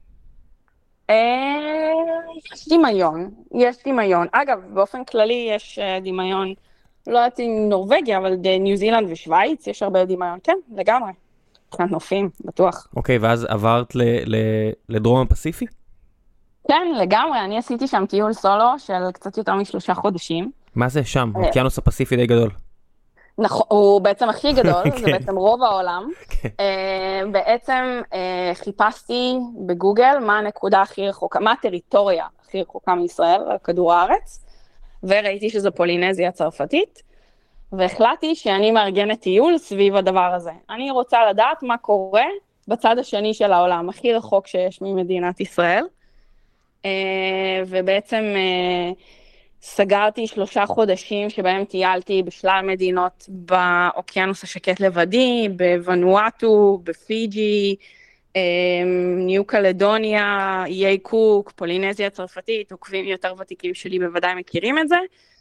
Speaker 3: יש דמיון, יש דמיון. אגב, באופן כללי יש דמיון, לא יודעת אם נורווגיה, אבל ניו זילנד ושוויץ, יש הרבה דמיון, כן, לגמרי. כאן נופים, בטוח.
Speaker 1: אוקיי, ואז עברת לדרום הפסיפי?
Speaker 3: כן, לגמרי, אני עשיתי שם טיול סולו של קצת יותר משלושה חודשים.
Speaker 1: מה זה שם? האוקיינוס הפסיפי די גדול.
Speaker 3: נכון, הוא בעצם הכי גדול, זה בעצם רוב העולם. בעצם חיפשתי בגוגל מה הנקודה הכי רחוקה, מה הטריטוריה הכי רחוקה מישראל, על כדור הארץ, וראיתי שזו פולינזיה צרפתית, והחלטתי שאני מארגנת טיול סביב הדבר הזה. אני רוצה לדעת מה קורה בצד השני של העולם, הכי רחוק שיש ממדינת ישראל, ובעצם סגרתי שלושה חודשים שבהם טיילתי בשלל מדינות באוקיינוס השקט לבדי, בוונואטו, בפיג'י, ניו קלדוניה, איי קוק, פולינזיה הצרפתית, עוקבים יותר ותיקים שלי בוודאי מכירים את זה,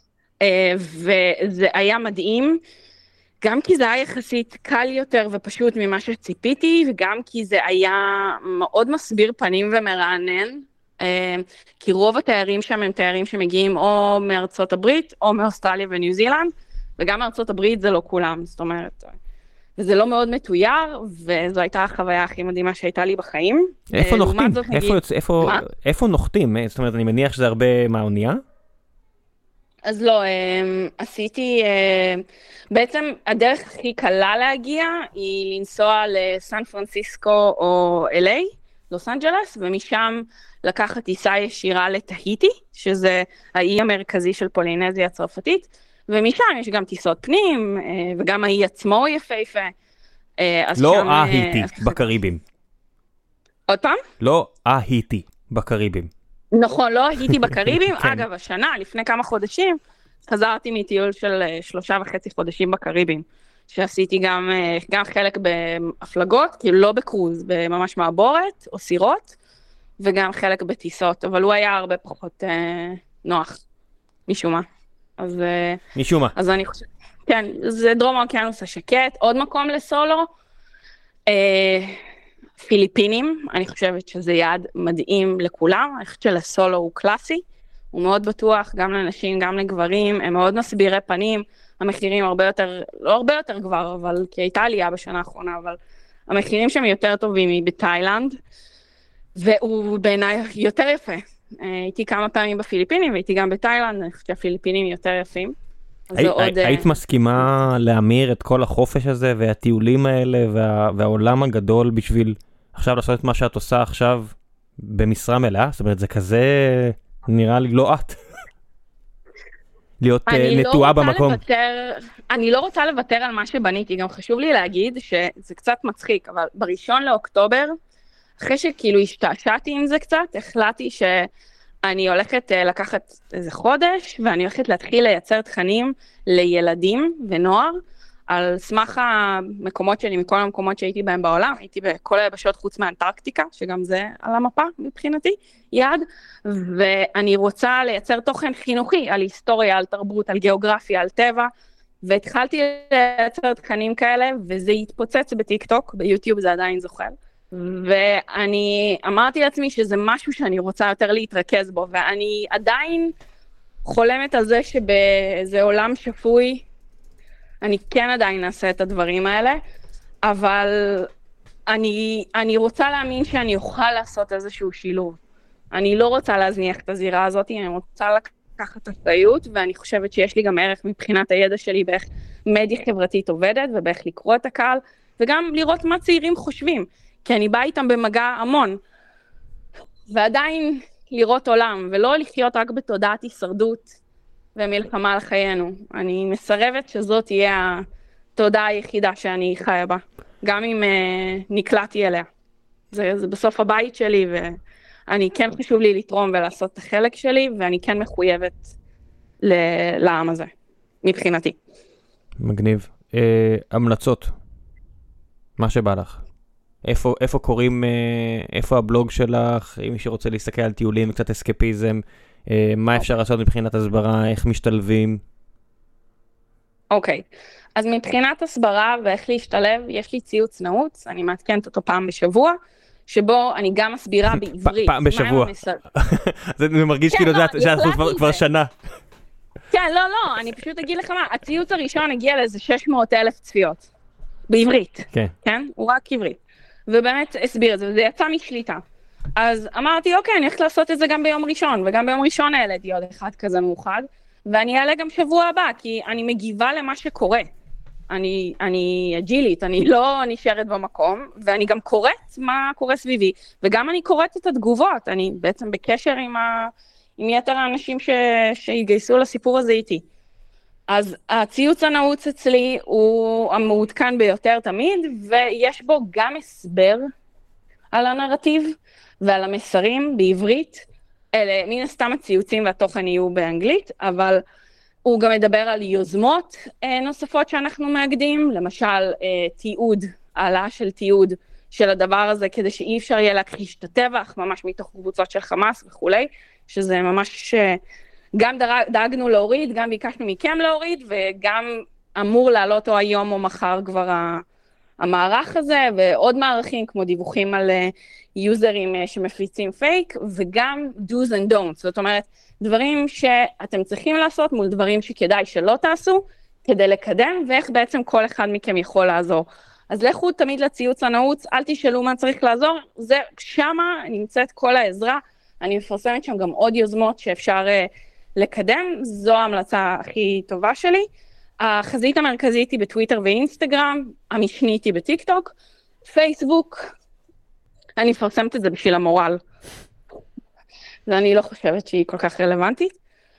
Speaker 3: וזה היה מדהים, גם כי זה היה יחסית קל יותר ופשוט ממה שציפיתי, וגם כי זה היה מאוד מסביר פנים ומרענן, כי רוב התיירים שם הם תיירים שמגיעים או מארצות הברית, או מאוסטרליה וניו זילנד, וגם מארצות הברית זה לא כולם, זאת אומרת, וזה לא מאוד מתויר, וזו הייתה החוויה הכי מדהימה שהייתה לי בחיים.
Speaker 1: איפה נוחתים? איפה, איפה נוחתים? זאת אומרת, אני מניח שזה הרבה מהאונייה?
Speaker 3: אז לא, עשיתי, בעצם הדרך הכי קלה להגיע, היא לנסוע לסן פרנסיסקו או אל איי, לוס אנג'לס, ומשם לקחת טיסה ישירה לתהיטי, שזה האי המרכזי של פולינזיה הצרפתית, ומשם יש גם טיסות פנים, וגם האי עצמו יפהפה.
Speaker 1: לא ההיטי בקריבים.
Speaker 3: עוד פעם?
Speaker 1: לא ההיטי בקריבים.
Speaker 3: נכון, לא הייתי בקריבים. אגב, השנה, לפני כמה חודשים, חזרתי מטיול של שלושה וחצי חודשים בקריבים, שעשיתי גם, גם חלק בהפלגות, כאילו לא בקרוז, ממש מעבורת או סירות, וגם חלק בטיסות, אבל הוא היה הרבה פחות אה, נוח, משום מה. אז,
Speaker 1: משום מה.
Speaker 3: אז אני חושבת, כן, זה דרום האוקיינוס השקט, עוד מקום לסולו, אה, פיליפינים, אני חושבת שזה יעד מדהים לכולם, אני חושבת שלסולו הוא קלאסי, הוא מאוד בטוח, גם לנשים, גם לגברים, הם מאוד מסבירי פנים, המחירים הרבה יותר, לא הרבה יותר כבר, אבל כי הייתה עלייה בשנה האחרונה, אבל המחירים שם יותר טובים מבתאילנד, והוא בעיניי יותר יפה. הייתי כמה פעמים בפיליפינים, והייתי גם בתאילנד, אני חושבת שהפיליפינים יותר יפים.
Speaker 1: היית מסכימה להמיר את כל החופש הזה, והטיולים האלה, והעולם הגדול בשביל עכשיו לעשות את מה שאת עושה עכשיו במשרה מלאה? זאת אומרת, זה כזה נראה לי לא את. להיות נטועה במקום.
Speaker 3: אני לא רוצה לוותר על מה שבניתי, גם חשוב לי להגיד שזה קצת מצחיק, אבל בראשון לאוקטובר, אחרי שכאילו השתעשעתי עם זה קצת, החלטתי שאני הולכת לקחת איזה חודש, ואני הולכת להתחיל לייצר תכנים לילדים ונוער, על סמך המקומות שלי, מכל המקומות שהייתי בהם בעולם, הייתי בכל היבשות חוץ מאנטרקטיקה, שגם זה על המפה מבחינתי, יעד, ואני רוצה לייצר תוכן חינוכי על היסטוריה, על תרבות, על גיאוגרפיה, על טבע, והתחלתי לייצר תכנים כאלה, וזה התפוצץ בטיק-טוק, ביוטיוב זה עדיין זוכר, ואני אמרתי לעצמי שזה משהו שאני רוצה יותר להתרכז בו, ואני עדיין חולמת על זה שבאיזה עולם שפוי, אני כן עדיין אעשה את הדברים האלה, אבל אני, אני רוצה להאמין שאני אוכל לעשות איזשהו שילוב. אני לא רוצה להזניח את הזירה הזאת, אני רוצה לקחת אחריות, ואני חושבת שיש לי גם ערך מבחינת הידע שלי באיך מדיה חברתית עובדת, ובאיך לקרוא את הקהל, וגם לראות מה צעירים חושבים, כי אני באה איתם במגע המון, ועדיין לראות עולם, ולא לחיות רק בתודעת הישרדות, ומלחמה על חיינו. אני מסרבת שזאת תהיה התודעה היחידה שאני חיה בה, גם אם uh, נקלעתי אליה. זה, זה בסוף הבית שלי, ואני כן חשוב לי לתרום ולעשות את החלק שלי, ואני כן מחויבת ל- לעם הזה, מבחינתי.
Speaker 1: מגניב. אה, המלצות. מה שבא לך. איפה, איפה קוראים, איפה הבלוג שלך, אם מישהו רוצה להסתכל על טיולים, קצת אסקפיזם, מה אפשר לעשות מבחינת הסברה, איך משתלבים?
Speaker 3: אוקיי, אז מבחינת הסברה ואיך להשתלב, יש לי ציוץ נעוץ, אני מעדכנת אותו פעם בשבוע, שבו אני גם מסבירה בעברית.
Speaker 1: פעם בשבוע. זה מרגיש כאילו שאנחנו כבר שנה.
Speaker 3: כן, לא, לא, אני פשוט אגיד לך מה, הציוץ הראשון הגיע לאיזה שש מאות אלף צפיות, בעברית, כן? הוא רק עברית. ובאמת הסביר את זה, וזה יצא משליטה. אז אמרתי, אוקיי, אני הולכת לעשות את זה גם ביום ראשון, וגם ביום ראשון העליתי עוד אחד כזה מאוחד, ואני אעלה גם שבוע הבא, כי אני מגיבה למה שקורה. אני, אני אג'ילית, אני לא נשארת במקום, ואני גם קוראת מה קורה סביבי, וגם אני קוראת את התגובות, אני בעצם בקשר עם, ה, עם יתר האנשים ש, שיגייסו לסיפור הזה איתי. אז הציוץ הנעוץ אצלי הוא המעודכן ביותר תמיד, ויש בו גם הסבר על הנרטיב ועל המסרים בעברית, אלה, מן הסתם הציוצים והתוכן יהיו באנגלית, אבל הוא גם מדבר על יוזמות אה, נוספות שאנחנו מאגדים, למשל אה, תיעוד, העלאה של תיעוד של הדבר הזה, כדי שאי אפשר יהיה להכחיש את הטבח, ממש מתוך קבוצות של חמאס וכולי, שזה ממש, אה, גם דאגנו להוריד, גם ביקשנו מכם להוריד, וגם אמור לעלות או היום או מחר כבר המערך הזה, ועוד מערכים כמו דיווחים על יוזרים שמפיצים פייק, וגם do's and don'ts, זאת אומרת, דברים שאתם צריכים לעשות מול דברים שכדאי שלא תעשו, כדי לקדם, ואיך בעצם כל אחד מכם יכול לעזור. אז לכו תמיד לציוץ הנעוץ, אל תשאלו מה צריך לעזור, זה שמה נמצאת כל העזרה, אני מפרסמת שם גם עוד יוזמות שאפשר לקדם, זו ההמלצה הכי טובה שלי. החזית המרכזית היא בטוויטר ואינסטגרם, המשנית היא בטיק טוק, פייסבוק, אני מפרסמת את זה בשביל המורל, ואני לא חושבת שהיא כל כך רלוונטית.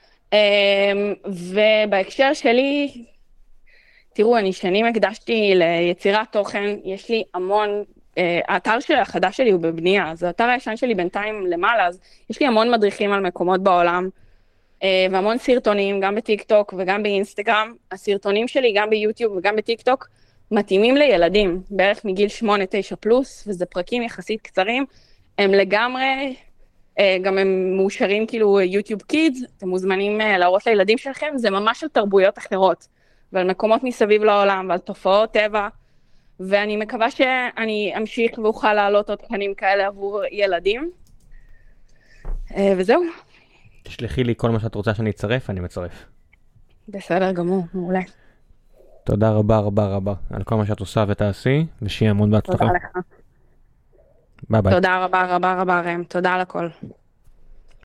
Speaker 3: ובהקשר שלי, תראו, אני שנים הקדשתי ליצירת תוכן, יש לי המון, האתר של החדש שלי הוא בבנייה, אז האתר הישן שלי בינתיים למעלה, אז יש לי המון מדריכים על מקומות בעולם, והמון סרטונים, גם בטיק טוק וגם באינסטגרם. הסרטונים שלי גם ביוטיוב וגם בטיק טוק מתאימים לילדים, בערך מגיל שמונה תשע פלוס, וזה פרקים יחסית קצרים, הם לגמרי, גם הם מאושרים כאילו יוטיוב קידס, אתם מוזמנים להראות לילדים שלכם, זה ממש על תרבויות אחרות, ועל מקומות מסביב לעולם, ועל תופעות טבע, ואני מקווה שאני אמשיך ואוכל לעלות עוד תכנים כאלה עבור ילדים, וזהו.
Speaker 1: תשלחי לי כל מה שאת רוצה שאני אצרף, אני מצרף.
Speaker 3: בסדר גמור, מעולה.
Speaker 1: תודה רבה רבה רבה על כל מה שאת עושה ותעשי, ושיהיה המון בהצלחה.
Speaker 3: תודה לך.
Speaker 1: ביי ביי.
Speaker 3: תודה רבה רבה רבה רם, תודה על הכל.